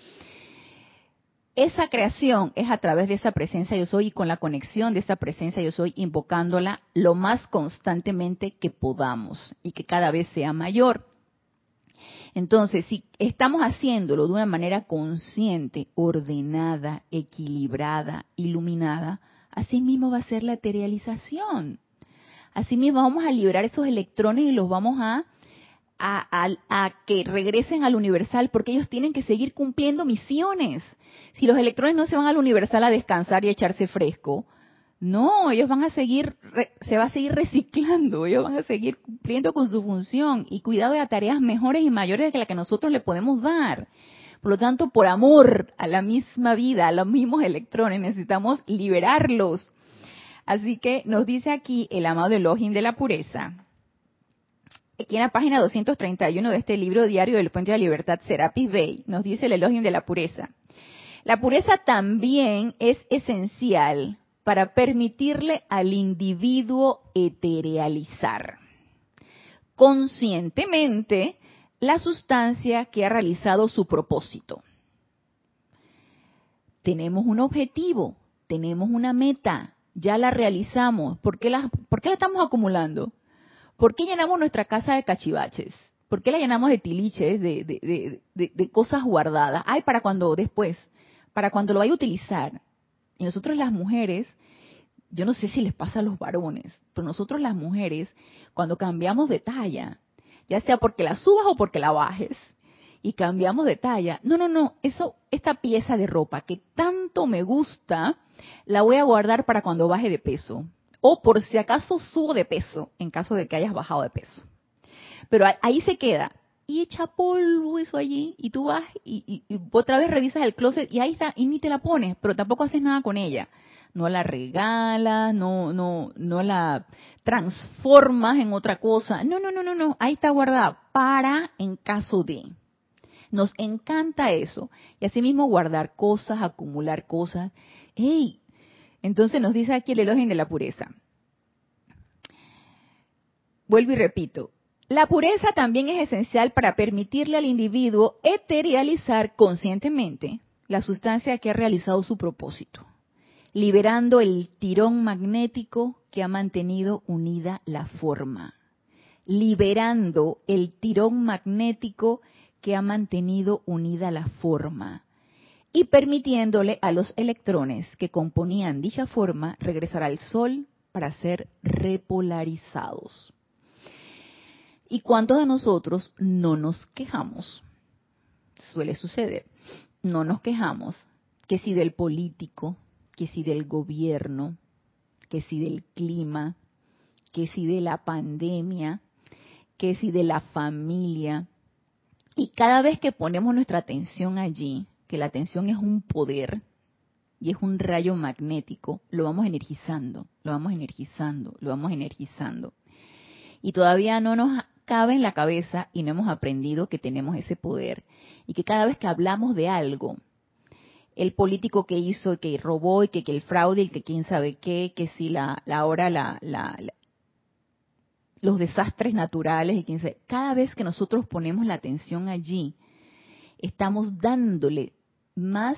Esa creación es a través de esa presencia yo soy y con la conexión de esa presencia yo soy, invocándola lo más constantemente que podamos y que cada vez sea mayor. Entonces, si estamos haciéndolo de una manera consciente, ordenada, equilibrada, iluminada, así mismo va a ser la eterealización. Así mismo vamos a liberar esos electrones y los vamos a que regresen al universal, porque ellos tienen que seguir cumpliendo misiones. Si los electrones no se van al universal a descansar y a echarse fresco, no, ellos van a seguir, se va a seguir reciclando, ellos van a seguir cumpliendo con su función y cuidado de tareas mejores y mayores de las que nosotros le podemos dar. Por lo tanto, por amor a la misma vida, a los mismos electrones, necesitamos liberarlos. Así que nos dice aquí el amado Elohim de la pureza, aquí en la página 231 de este libro diario del Puente de la Libertad, Serapis Bey, nos dice el Elohim de la pureza. La pureza también es esencial para permitirle al individuo eterealizar conscientemente la sustancia que ha realizado su propósito. Tenemos un objetivo, tenemos una meta, ya la realizamos. ¿Por qué la estamos acumulando? ¿Por qué llenamos nuestra casa de cachivaches? ¿Por qué la llenamos de tiliches, de cosas guardadas? Ay, para cuando después, para cuando lo vaya a utilizar. Y nosotros las mujeres, yo no sé si les pasa a los varones, pero nosotros las mujeres, cuando cambiamos de talla, ya sea porque la subas o porque la bajes, y cambiamos de talla, no, esta pieza de ropa que tanto me gusta, la voy a guardar para cuando baje de peso. O por si acaso subo de peso, en caso de que hayas bajado de peso. Pero ahí se queda. Y echa polvo eso allí, y tú vas y otra vez revisas el closet y ahí está, y ni te la pones, pero tampoco haces nada con ella. No la regalas, no la transformas en otra cosa. No, ahí está guardada para en caso de. Nos encanta eso. Y asimismo guardar cosas, acumular cosas. ¡Ey! Entonces nos dice aquí el Elohim de la pureza. Vuelvo y repito. La pureza también es esencial para permitirle al individuo eterealizar conscientemente la sustancia que ha realizado su propósito, liberando el tirón magnético que ha mantenido unida la forma. Liberando el tirón magnético que ha mantenido unida la forma. y permitiéndole a los electrones que componían dicha forma regresar al Sol para ser repolarizados. ¿Y cuántos de nosotros no nos quejamos? Suele suceder. No nos quejamos, que si del político, que si del gobierno, que si del clima, que si de la pandemia, que si de la familia. Y cada vez que ponemos nuestra atención allí, que la atención es un poder y es un rayo magnético, lo vamos energizando, lo vamos energizando, lo vamos energizando. Y todavía no nos cabe en la cabeza y no hemos aprendido que tenemos ese poder. Y que cada vez que hablamos de algo, el político que hizo, que robó, y que el fraude, y que quién sabe qué, que si los desastres naturales, y quién sabe, cada vez que nosotros ponemos la atención allí, estamos dándole más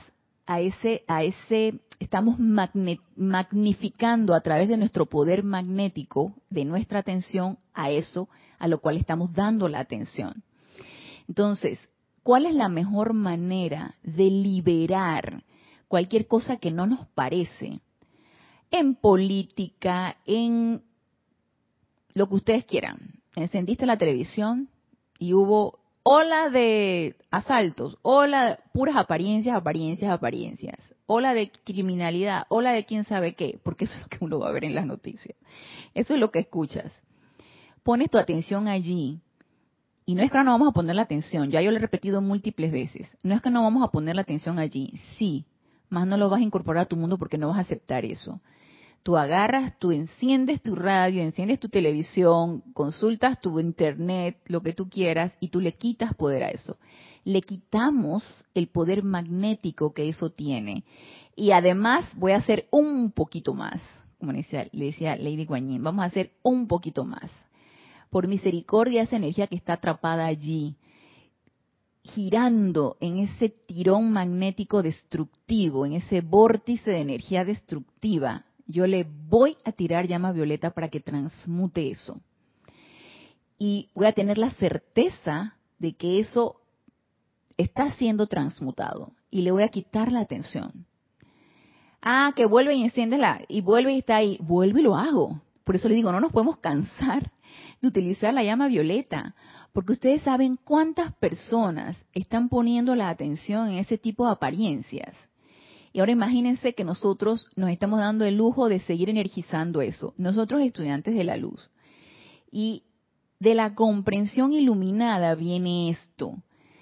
estamos magnificando a través de nuestro poder magnético, de nuestra atención, a eso a lo cual estamos dando la atención. Entonces, ¿cuál es la mejor manera de liberar cualquier cosa que no nos parece? En política, en lo que ustedes quieran. Encendiste la televisión y hubo ola de asaltos, ola, puras apariencias, apariencias, apariencias, ola de criminalidad, ola de quién sabe qué, porque eso es lo que uno va a ver en las noticias. Eso es lo que escuchas. Pones tu atención allí. Y no es que no vamos a poner la atención, ya yo lo he repetido múltiples veces, no es que no vamos a poner la atención allí, sí, más no lo vas a incorporar a tu mundo porque no vas a aceptar eso. Tú agarras, tú enciendes tu radio, enciendes tu televisión, consultas tu internet, lo que tú quieras, y tú le quitas poder a eso. Le quitamos el poder magnético que eso tiene. Y además voy a hacer un poquito más, como le decía Lady Guanyin, vamos a hacer un poquito más. Por misericordia, esa energía que está atrapada allí, girando en ese tirón magnético destructivo, en ese vórtice de energía destructiva, yo le voy a tirar llama violeta para que transmute eso. Y voy a tener la certeza de que eso está siendo transmutado. Y le voy a quitar la atención. Ah, que vuelve y enciéndela. Y vuelve y está ahí. Vuelvo y lo hago. Por eso le digo, no nos podemos cansar de utilizar la llama violeta. Porque ustedes saben cuántas personas están poniendo la atención en ese tipo de apariencias. Y ahora imagínense que nosotros nos estamos dando el lujo de seguir energizando eso. Nosotros estudiantes de la luz. Y de la comprensión iluminada viene esto.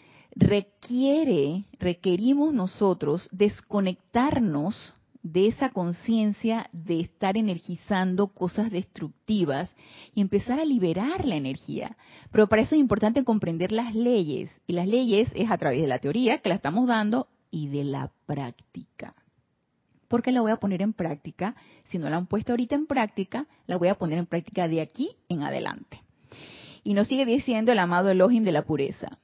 Requerimos nosotros desconectarnos de esa conciencia de estar energizando cosas destructivas y empezar a liberar la energía. Pero para eso es importante comprender las leyes. Y las leyes es a través de la teoría que la estamos dando y de la práctica. Porque la voy a poner en práctica, si no la han puesto ahorita en práctica, la voy a poner en práctica de aquí en adelante. Y nos sigue diciendo el amado Elohim de la pureza.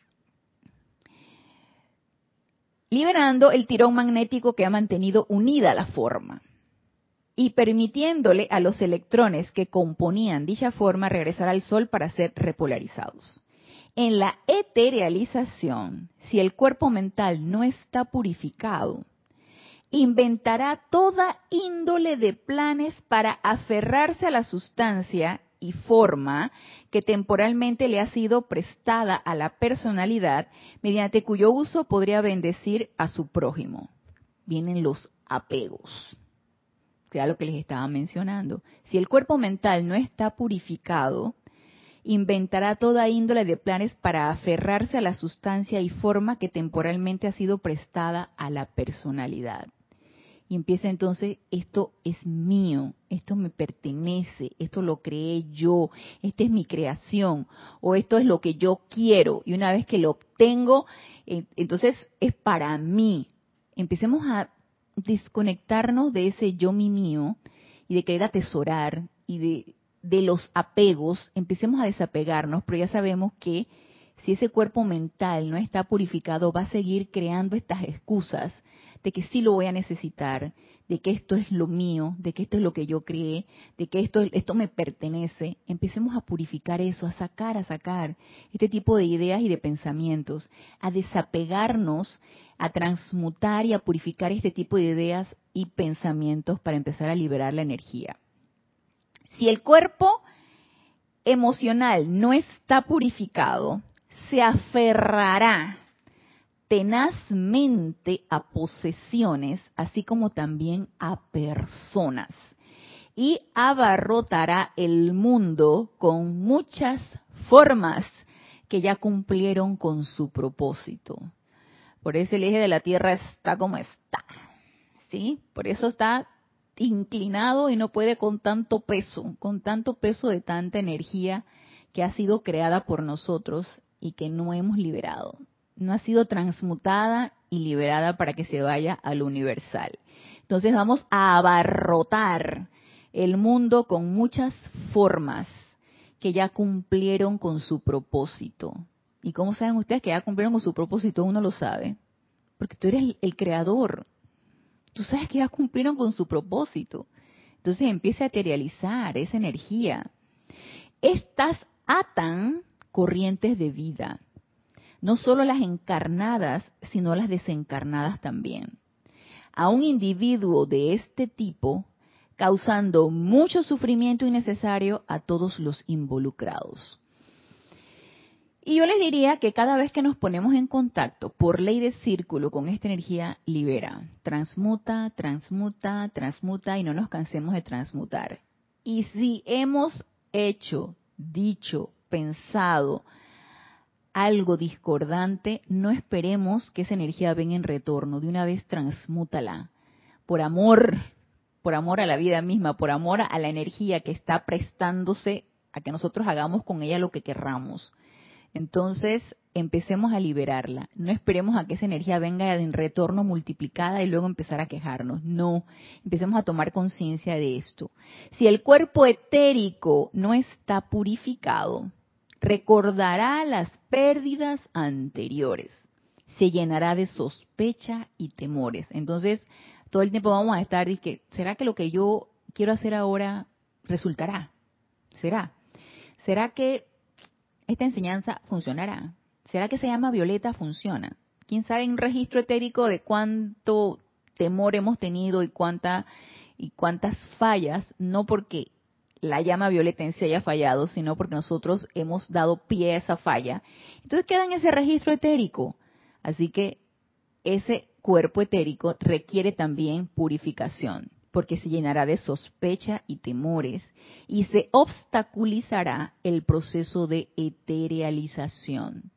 Liberando el tirón magnético que ha mantenido unida la forma y permitiéndole a los electrones que componían dicha forma regresar al Sol para ser repolarizados. En la eterealización, si el cuerpo mental no está purificado, inventará toda índole de planes para aferrarse a la sustancia y forma que temporalmente le ha sido prestada a la personalidad, mediante cuyo uso podría bendecir a su prójimo. Vienen los apegos, que era lo que les estaba mencionando. Si el cuerpo mental no está purificado, inventará toda índole de planes para aferrarse a la sustancia y forma que temporalmente ha sido prestada a la personalidad. Y empieza entonces, esto es mío, esto me pertenece, esto lo creé yo, esta es mi creación, o esto es lo que yo quiero. Y una vez que lo obtengo, entonces es para mí. Empecemos a desconectarnos de ese yo mi mío y de querer atesorar y de los apegos. Empecemos a desapegarnos, pero ya sabemos que si ese cuerpo mental no está purificado, va a seguir creando estas excusas de que sí lo voy a necesitar, de que esto es lo mío, de que esto es lo que yo creé, de que esto me pertenece. Empecemos a purificar eso, a sacar este tipo de ideas y de pensamientos, a desapegarnos, a transmutar y a purificar este tipo de ideas y pensamientos para empezar a liberar la energía. Si el cuerpo emocional no está purificado, se aferrará tenazmente a posesiones, así como también a personas, y abarrotará el mundo con muchas formas que ya cumplieron con su propósito. Por eso el eje de la Tierra está como está, ¿sí? Por eso está inclinado y no puede con tanto peso de tanta energía que ha sido creada por nosotros y que no hemos liberado. No ha sido transmutada y liberada para que se vaya al universal. Entonces vamos a abarrotar el mundo con muchas formas que ya cumplieron con su propósito. ¿Y cómo saben ustedes que ya cumplieron con su propósito? Uno lo sabe. Porque tú eres el creador. Tú sabes que ya cumplieron con su propósito. Entonces empieza a materializar esa energía. Estas atan corrientes de vida. No solo las encarnadas, sino las desencarnadas también. A un individuo de este tipo, causando mucho sufrimiento innecesario a todos los involucrados. Y yo les diría que cada vez que nos ponemos en contacto por ley de círculo con esta energía, libera, transmuta, transmuta, transmuta y no nos cansemos de transmutar. Y si hemos hecho, dicho, pensado algo discordante, no esperemos que esa energía venga en retorno. De una vez transmútala. Por amor a la vida misma, por amor a la energía que está prestándose a que nosotros hagamos con ella lo que querramos. Entonces, empecemos a liberarla. No esperemos a que esa energía venga en retorno multiplicada y luego empezar a quejarnos. No, empecemos a tomar conciencia de esto. Si el cuerpo etérico no está purificado, recordará las pérdidas anteriores, se llenará de sospecha y temores. Entonces, todo el tiempo vamos a estar diciendo, ¿será que lo que yo quiero hacer ahora resultará? ¿Será que esta enseñanza funcionará? ¿Será que se llama Violeta funciona? ¿Quién sabe en un registro etérico de cuánto temor hemos tenido y cuántas fallas? No porque la llama violeta en sí haya fallado, sino porque nosotros hemos dado pie a esa falla. Entonces queda en ese registro etérico. Así que ese cuerpo etérico requiere también purificación, porque se llenará de sospecha y temores y se obstaculizará el proceso de eterealización.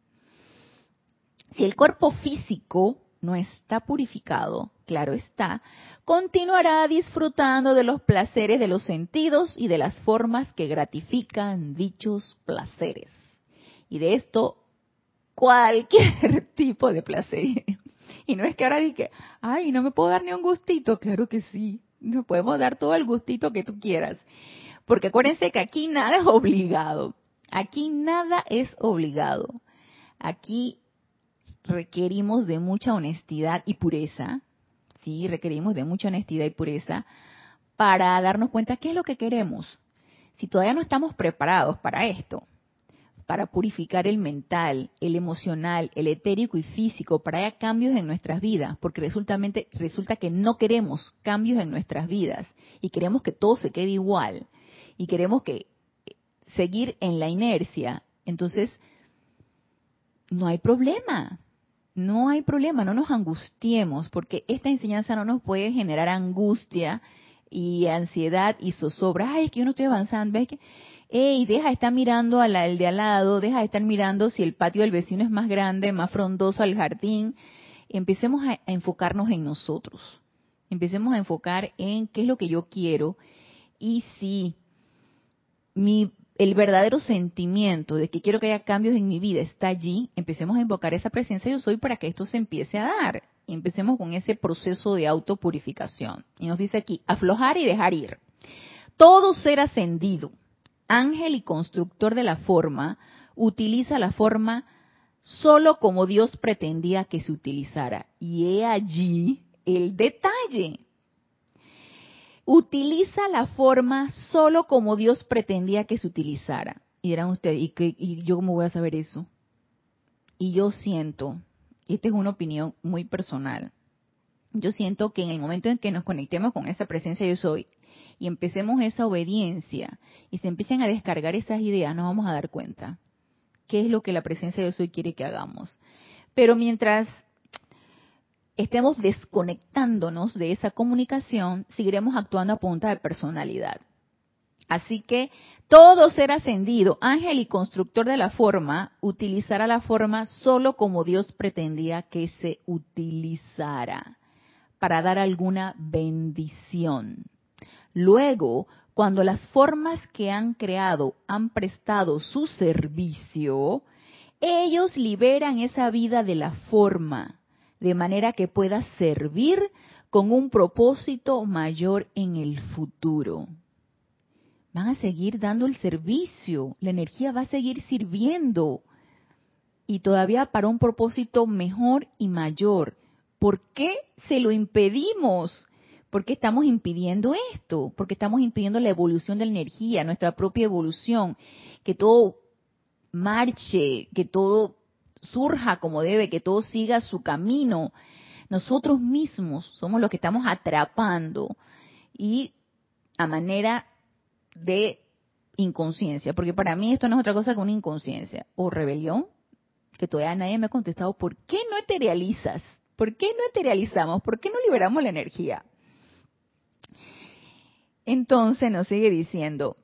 Si el cuerpo físico no está purificado, claro está, continuará disfrutando de los placeres de los sentidos y de las formas que gratifican dichos placeres. Y de esto, cualquier tipo de placer. Y no es que ahora diga, ay, no me puedo dar ni un gustito. Claro que sí, nos podemos dar todo el gustito que tú quieras. Porque acuérdense que aquí nada es obligado. Aquí nada es obligado. Aquí requerimos de mucha honestidad y pureza, sí, requerimos de mucha honestidad y pureza para darnos cuenta qué es lo que queremos. Si todavía no estamos preparados para esto, para purificar el mental, el emocional, el etérico y físico, para que haya cambios en nuestras vidas, porque resulta que no queremos cambios en nuestras vidas y queremos que todo se quede igual y queremos que seguir en la inercia. Entonces, no hay problema. No hay problema, no nos angustiemos, porque esta enseñanza no nos puede generar angustia y ansiedad y zozobra. Ay, es que yo no estoy avanzando. Es que, hey, deja de estar mirando al de al lado, deja de estar mirando si el patio del vecino es más grande, más frondoso al jardín. Empecemos a enfocarnos en nosotros. Empecemos a enfocar en qué es lo que yo quiero. Y si el verdadero sentimiento de que quiero que haya cambios en mi vida está allí, empecemos a invocar esa presencia yo soy para que esto se empiece a dar. Y empecemos con ese proceso de autopurificación. Y nos dice aquí, aflojar y dejar ir. Todo ser ascendido, ángel y constructor de la forma, utiliza la forma solo como Dios pretendía que se utilizara. Y he allí el detalle. Utiliza la forma solo como Dios pretendía que se utilizara. Y dirán ustedes, ¿y yo cómo voy a saber eso? Y yo siento, y esta es una opinión muy personal, yo siento que en el momento en que nos conectemos con esa presencia yo soy y empecemos esa obediencia y se empiecen a descargar esas ideas, nos vamos a dar cuenta qué es lo que la presencia yo soy quiere que hagamos. Pero mientras estemos desconectándonos de esa comunicación, seguiremos actuando a punta de personalidad. Así que todo ser ascendido, ángel y constructor de la forma, utilizará la forma solo como Dios pretendía que se utilizara, para dar alguna bendición. Luego, cuando las formas que han creado han prestado su servicio, ellos liberan esa vida de la forma, de manera que pueda servir con un propósito mayor en el futuro. Van a seguir dando el servicio, la energía va a seguir sirviendo y todavía para un propósito mejor y mayor. ¿Por qué se lo impedimos? ¿Por qué estamos impidiendo esto? ¿Por qué estamos impidiendo la evolución de la energía, nuestra propia evolución? Que todo marche, que todo surja como debe, que todo siga su camino. Nosotros mismos somos los que estamos atrapando y a manera de inconsciencia, porque para mí esto no es otra cosa que una inconsciencia o rebelión, que todavía nadie me ha contestado, ¿por qué no eterializas? ¿Por qué no eterializamos? ¿Por qué no liberamos la energía? Entonces nos sigue diciendo,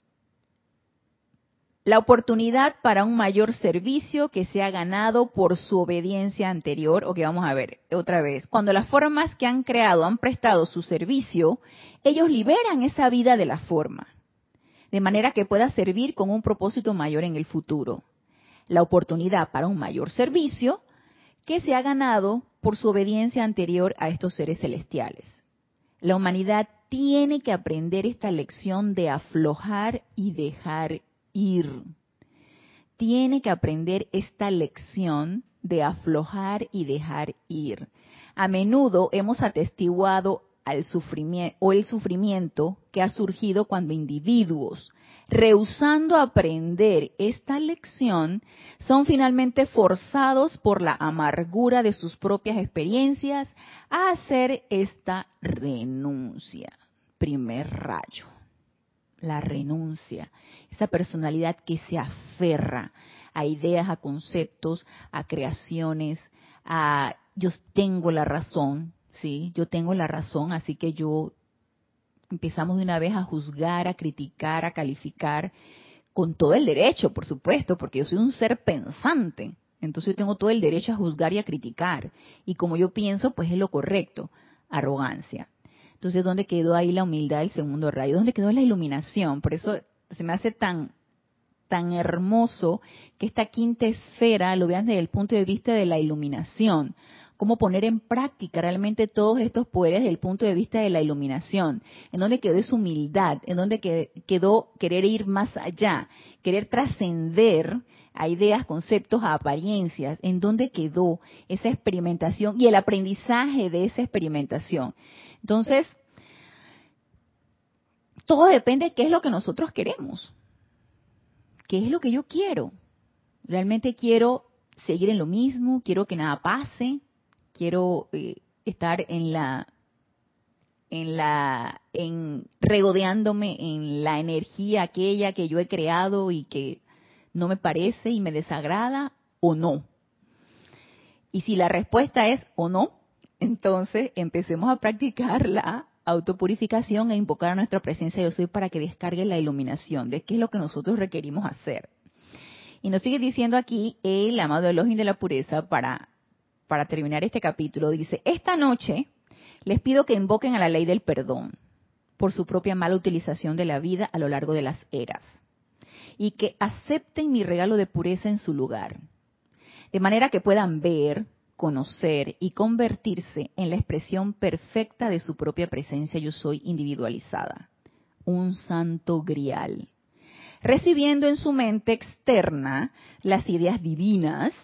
la oportunidad para un mayor servicio que se ha ganado por su obediencia anterior, o que vamos a ver otra vez, cuando las formas que han creado han prestado su servicio, ellos liberan esa vida de la forma, de manera que pueda servir con un propósito mayor en el futuro. La oportunidad para un mayor servicio que se ha ganado por su obediencia anterior a estos seres celestiales. La humanidad tiene que aprender esta lección de aflojar y dejar ir. Tiene que aprender esta lección de aflojar y dejar ir. A menudo hemos atestiguado el sufrimiento que ha surgido cuando individuos, rehusando aprender esta lección, son finalmente forzados por la amargura de sus propias experiencias a hacer esta renuncia. Primer rayo, la renuncia, esa personalidad que se aferra a ideas, a conceptos, a creaciones, a yo tengo la razón, ¿sí? Yo tengo la razón, así que empezamos de una vez a juzgar, a criticar, a calificar, con todo el derecho, por supuesto, porque yo soy un ser pensante. Entonces yo tengo todo el derecho a juzgar y a criticar. Y como yo pienso, pues es lo correcto. Arrogancia. Entonces, ¿dónde quedó ahí la humildad del segundo rayo? ¿Dónde quedó la iluminación? Por eso se me hace tan hermoso que esta quinta esfera lo vean desde el punto de vista de la iluminación. Cómo poner en práctica realmente todos estos poderes desde el punto de vista de la iluminación. En dónde quedó esa humildad, en dónde quedó querer ir más allá, querer trascender a ideas, conceptos, a apariencias. En dónde quedó esa experimentación y el aprendizaje de esa experimentación. Entonces, todo depende de qué es lo que nosotros queremos. ¿Qué es lo que yo quiero? ¿Realmente quiero seguir en lo mismo? ¿Quiero que nada pase? ¿Quiero estar regodeándome en la energía aquella que yo he creado y que no me parece y me desagrada o no? Y si la respuesta es o no, entonces empecemos a practicar la autopurificación e invocar a nuestra presencia yo soy para que descargue la iluminación de qué es lo que nosotros requerimos hacer. Y nos sigue diciendo aquí el amado Elohim de la pureza para terminar este capítulo. Dice, esta noche les pido que invoquen a la ley del perdón por su propia mala utilización de la vida a lo largo de las eras. Y que acepten mi regalo de pureza en su lugar. De manera que puedan ver, conocer y convertirse en la expresión perfecta de su propia presencia yo soy individualizada. Un santo grial. Recibiendo en su mente externa las ideas divinas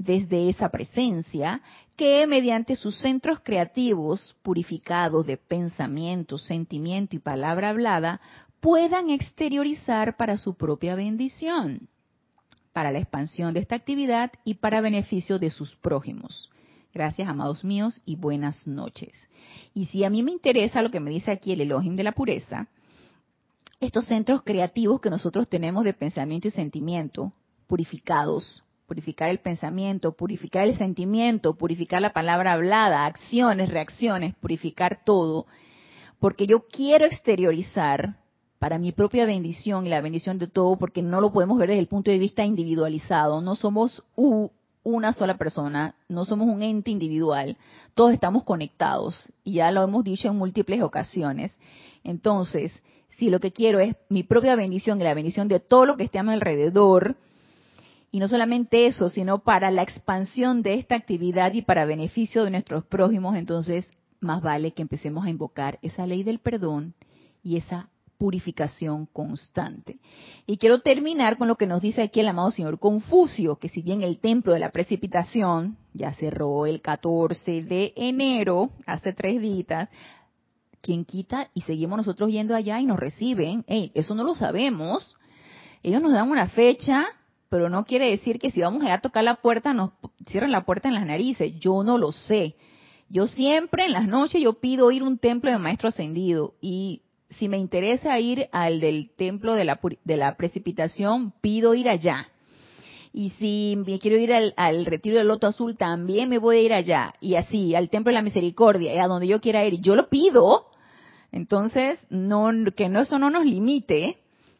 desde esa presencia, que mediante sus centros creativos purificados de pensamiento, sentimiento y palabra hablada, puedan exteriorizar para su propia bendición, para la expansión de esta actividad y para beneficio de sus prójimos. Gracias, amados míos, y buenas noches. Y si a mí me interesa lo que me dice aquí el Elohim de la pureza, estos centros creativos que nosotros tenemos de pensamiento y sentimiento, purificados, purificar el pensamiento, purificar el sentimiento, purificar la palabra hablada, acciones, reacciones, purificar todo, porque yo quiero exteriorizar para mi propia bendición y la bendición de todo, porque no lo podemos ver desde el punto de vista individualizado, no somos una sola persona, no somos un ente individual, todos estamos conectados, y ya lo hemos dicho en múltiples ocasiones. Entonces, si lo que quiero es mi propia bendición y la bendición de todo lo que esté a mi alrededor, y no solamente eso, sino para la expansión de esta actividad y para beneficio de nuestros prójimos, entonces más vale que empecemos a invocar esa ley del perdón y esa purificación constante. Y quiero terminar con lo que nos dice aquí el amado señor Confucio, que si bien el templo de la precipitación ya cerró el 14 de enero, hace 3 días, ¿quién quita? Y seguimos nosotros yendo allá y nos reciben. Eso no lo sabemos. Ellos nos dan una fecha, pero no quiere decir que si vamos allá a tocar la puerta nos cierran la puerta en las narices. Yo no lo sé. Yo siempre en las noches yo pido ir a un templo de maestro ascendido, y si me interesa ir al del templo de la precipitación, pido ir allá. Y si me quiero ir al retiro del Loto Azul, también me voy a ir allá. Y así, al templo de la misericordia, a donde yo quiera ir. Yo lo pido. Entonces, eso no nos limite.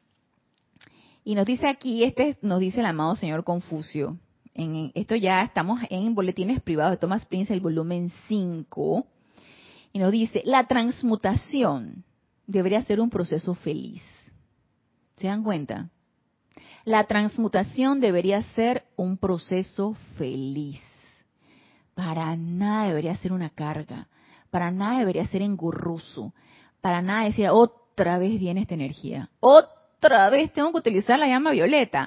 Y nos dice aquí, nos dice el amado señor Confucio, esto ya estamos en Boletines Privados de Thomas Prince, el volumen 5, y nos dice, la transmutación debería ser un proceso feliz. ¿Se dan cuenta? La transmutación debería ser un proceso feliz. Para nada debería ser una carga, para nada debería ser engorroso, para nada decir, otra vez viene esta energía, otra vez tengo que utilizar la llama violeta.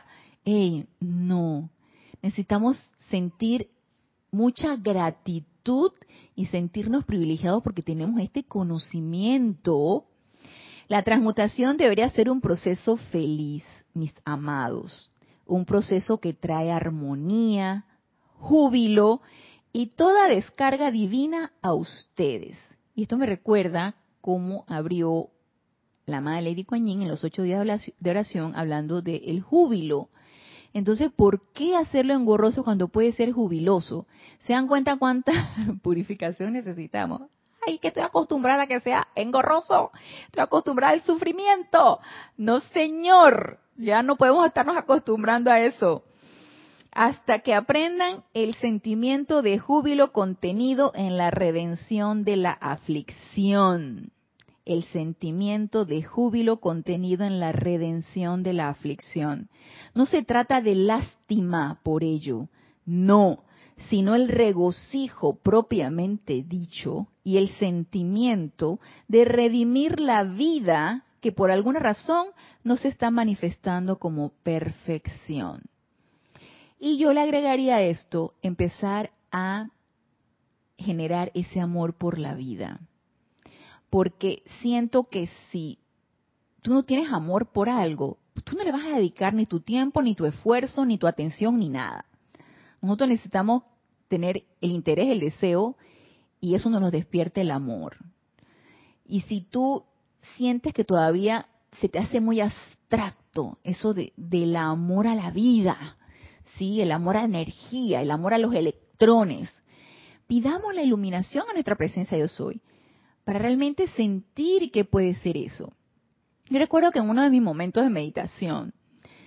No. Necesitamos sentir mucha gratitud y sentirnos privilegiados porque tenemos este conocimiento. La transmutación debería ser un proceso feliz, mis amados. Un proceso que trae armonía, júbilo y toda descarga divina a ustedes. Y esto me recuerda cómo abrió la amada Lady Kuan Yin en los 8 días de oración hablando del júbilo. Entonces, ¿por qué hacerlo engorroso cuando puede ser jubiloso? ¿Se dan cuenta cuánta purificación necesitamos? Ay, que estoy acostumbrada a que sea engorroso. Estoy acostumbrada al sufrimiento. No, señor. Ya no podemos estarnos acostumbrando a eso. Hasta que aprendan el sentimiento de júbilo contenido en la redención de la aflicción. El sentimiento de júbilo contenido en la redención de la aflicción. No se trata de lástima por ello, no, sino el regocijo propiamente dicho y el sentimiento de redimir la vida que por alguna razón no se está manifestando como perfección. Y yo le agregaría a esto, empezar a generar ese amor por la vida. Porque siento que si tú no tienes amor por algo, tú no le vas a dedicar ni tu tiempo, ni tu esfuerzo, ni tu atención, ni nada. Nosotros necesitamos tener el interés, el deseo, y eso nos despierta el amor. Y si tú sientes que todavía se te hace muy abstracto eso del amor a la vida, ¿sí? El amor a la energía, el amor a los electrones, pidamos la iluminación a nuestra presencia yo soy, para realmente sentir qué puede ser eso. Yo recuerdo que en uno de mis momentos de meditación,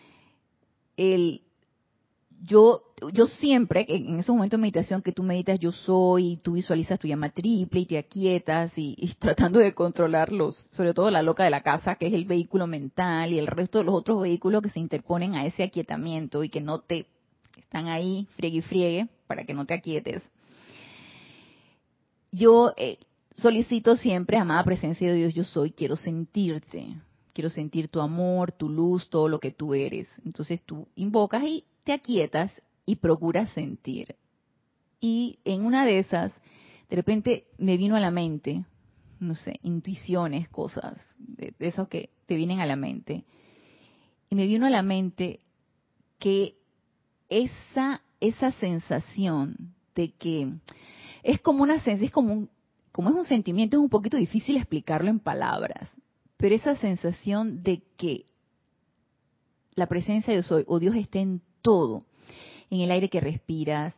yo siempre, en esos momentos de meditación que tú meditas yo soy, y tú visualizas tu llama triple y te aquietas y tratando de controlarlos, sobre todo la loca de la casa, que es el vehículo mental y el resto de los otros vehículos que se interponen a ese aquietamiento y que no te están ahí friegue y friegue para que no te aquietes. Yo solicito siempre, amada presencia de Dios, yo soy, quiero sentirte, quiero sentir tu amor, tu luz, todo lo que tú eres. Entonces tú invocas y te aquietas y procura sentir. Y en una de esas, de repente me vino a la mente, no sé, intuiciones, cosas, de esos que te vienen a la mente. Y me vino a la mente que esa sensación de que es como una sensación, es como es un sentimiento, es un poquito difícil explicarlo en palabras, pero esa sensación de que la presencia de Yo Soy o Dios está en todo, en el aire que respiras,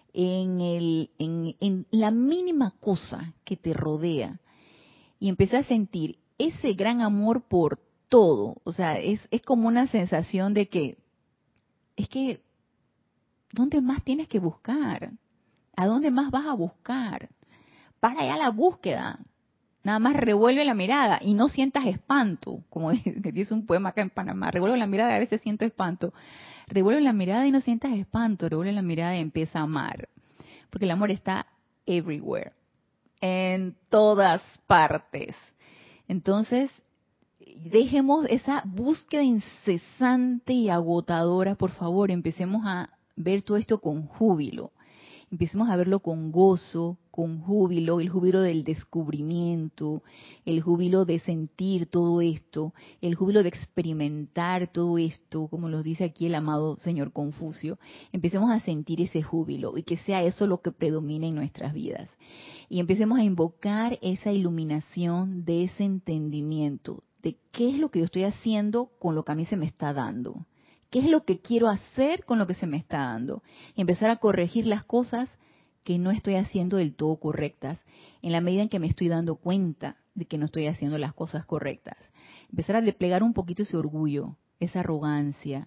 en la mínima cosa que te rodea, y empecé a sentir ese gran amor por todo. O sea, es como una sensación de que, es que, ¿dónde más tienes que buscar? ¿A dónde más vas a buscar? Para allá la búsqueda. Nada más revuelve la mirada y no sientas espanto, como dice un poema acá en Panamá. Revuelve la mirada y a veces siento espanto. Revuelve la mirada y no sientas espanto. Revuelve la mirada y empieza a amar. Porque el amor está everywhere, en todas partes. Entonces, dejemos esa búsqueda incesante y agotadora, por favor, empecemos a ver todo esto con júbilo. Empecemos a verlo con gozo, con júbilo, el júbilo del descubrimiento, el júbilo de sentir todo esto, el júbilo de experimentar todo esto, como lo dice aquí el amado señor Confucio. Empecemos a sentir ese júbilo y que sea eso lo que predomine en nuestras vidas. Y empecemos a invocar esa iluminación de ese entendimiento de qué es lo que yo estoy haciendo con lo que a mí se me está dando. ¿Qué es lo que quiero hacer con lo que se me está dando? Y empezar a corregir las cosas que no estoy haciendo del todo correctas, en la medida en que me estoy dando cuenta de que no estoy haciendo las cosas correctas. Empezar a desplegar un poquito ese orgullo, esa arrogancia,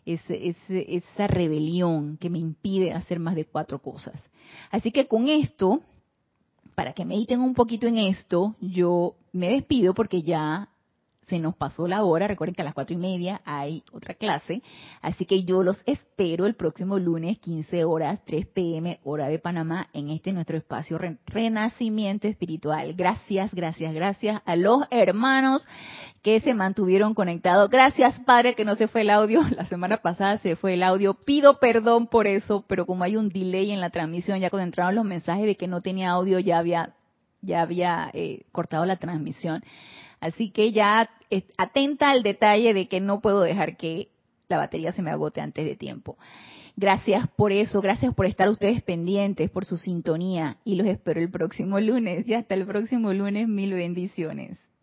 esa rebelión que me impide hacer más de 4 cosas. Así que con esto, para que mediten un poquito en esto, yo me despido porque ya se nos pasó la hora. Recuerden que a las 4:30 hay otra clase, así que yo los espero el próximo lunes, 15 horas, 3 p.m. hora de Panamá, en nuestro espacio Renacimiento Espiritual. Gracias, gracias, gracias a los hermanos que se mantuvieron conectados. Gracias, Padre, que no se fue el audio. La semana pasada se fue el audio. Pido perdón por eso, pero como hay un delay en la transmisión, ya cuando entraron los mensajes de que no tenía audio, ya había cortado la transmisión. Así que ya atenta al detalle de que no puedo dejar que la batería se me agote antes de tiempo. Gracias por eso, gracias por estar ustedes pendientes, por su sintonía, y los espero el próximo lunes. Y hasta el próximo lunes, mil bendiciones.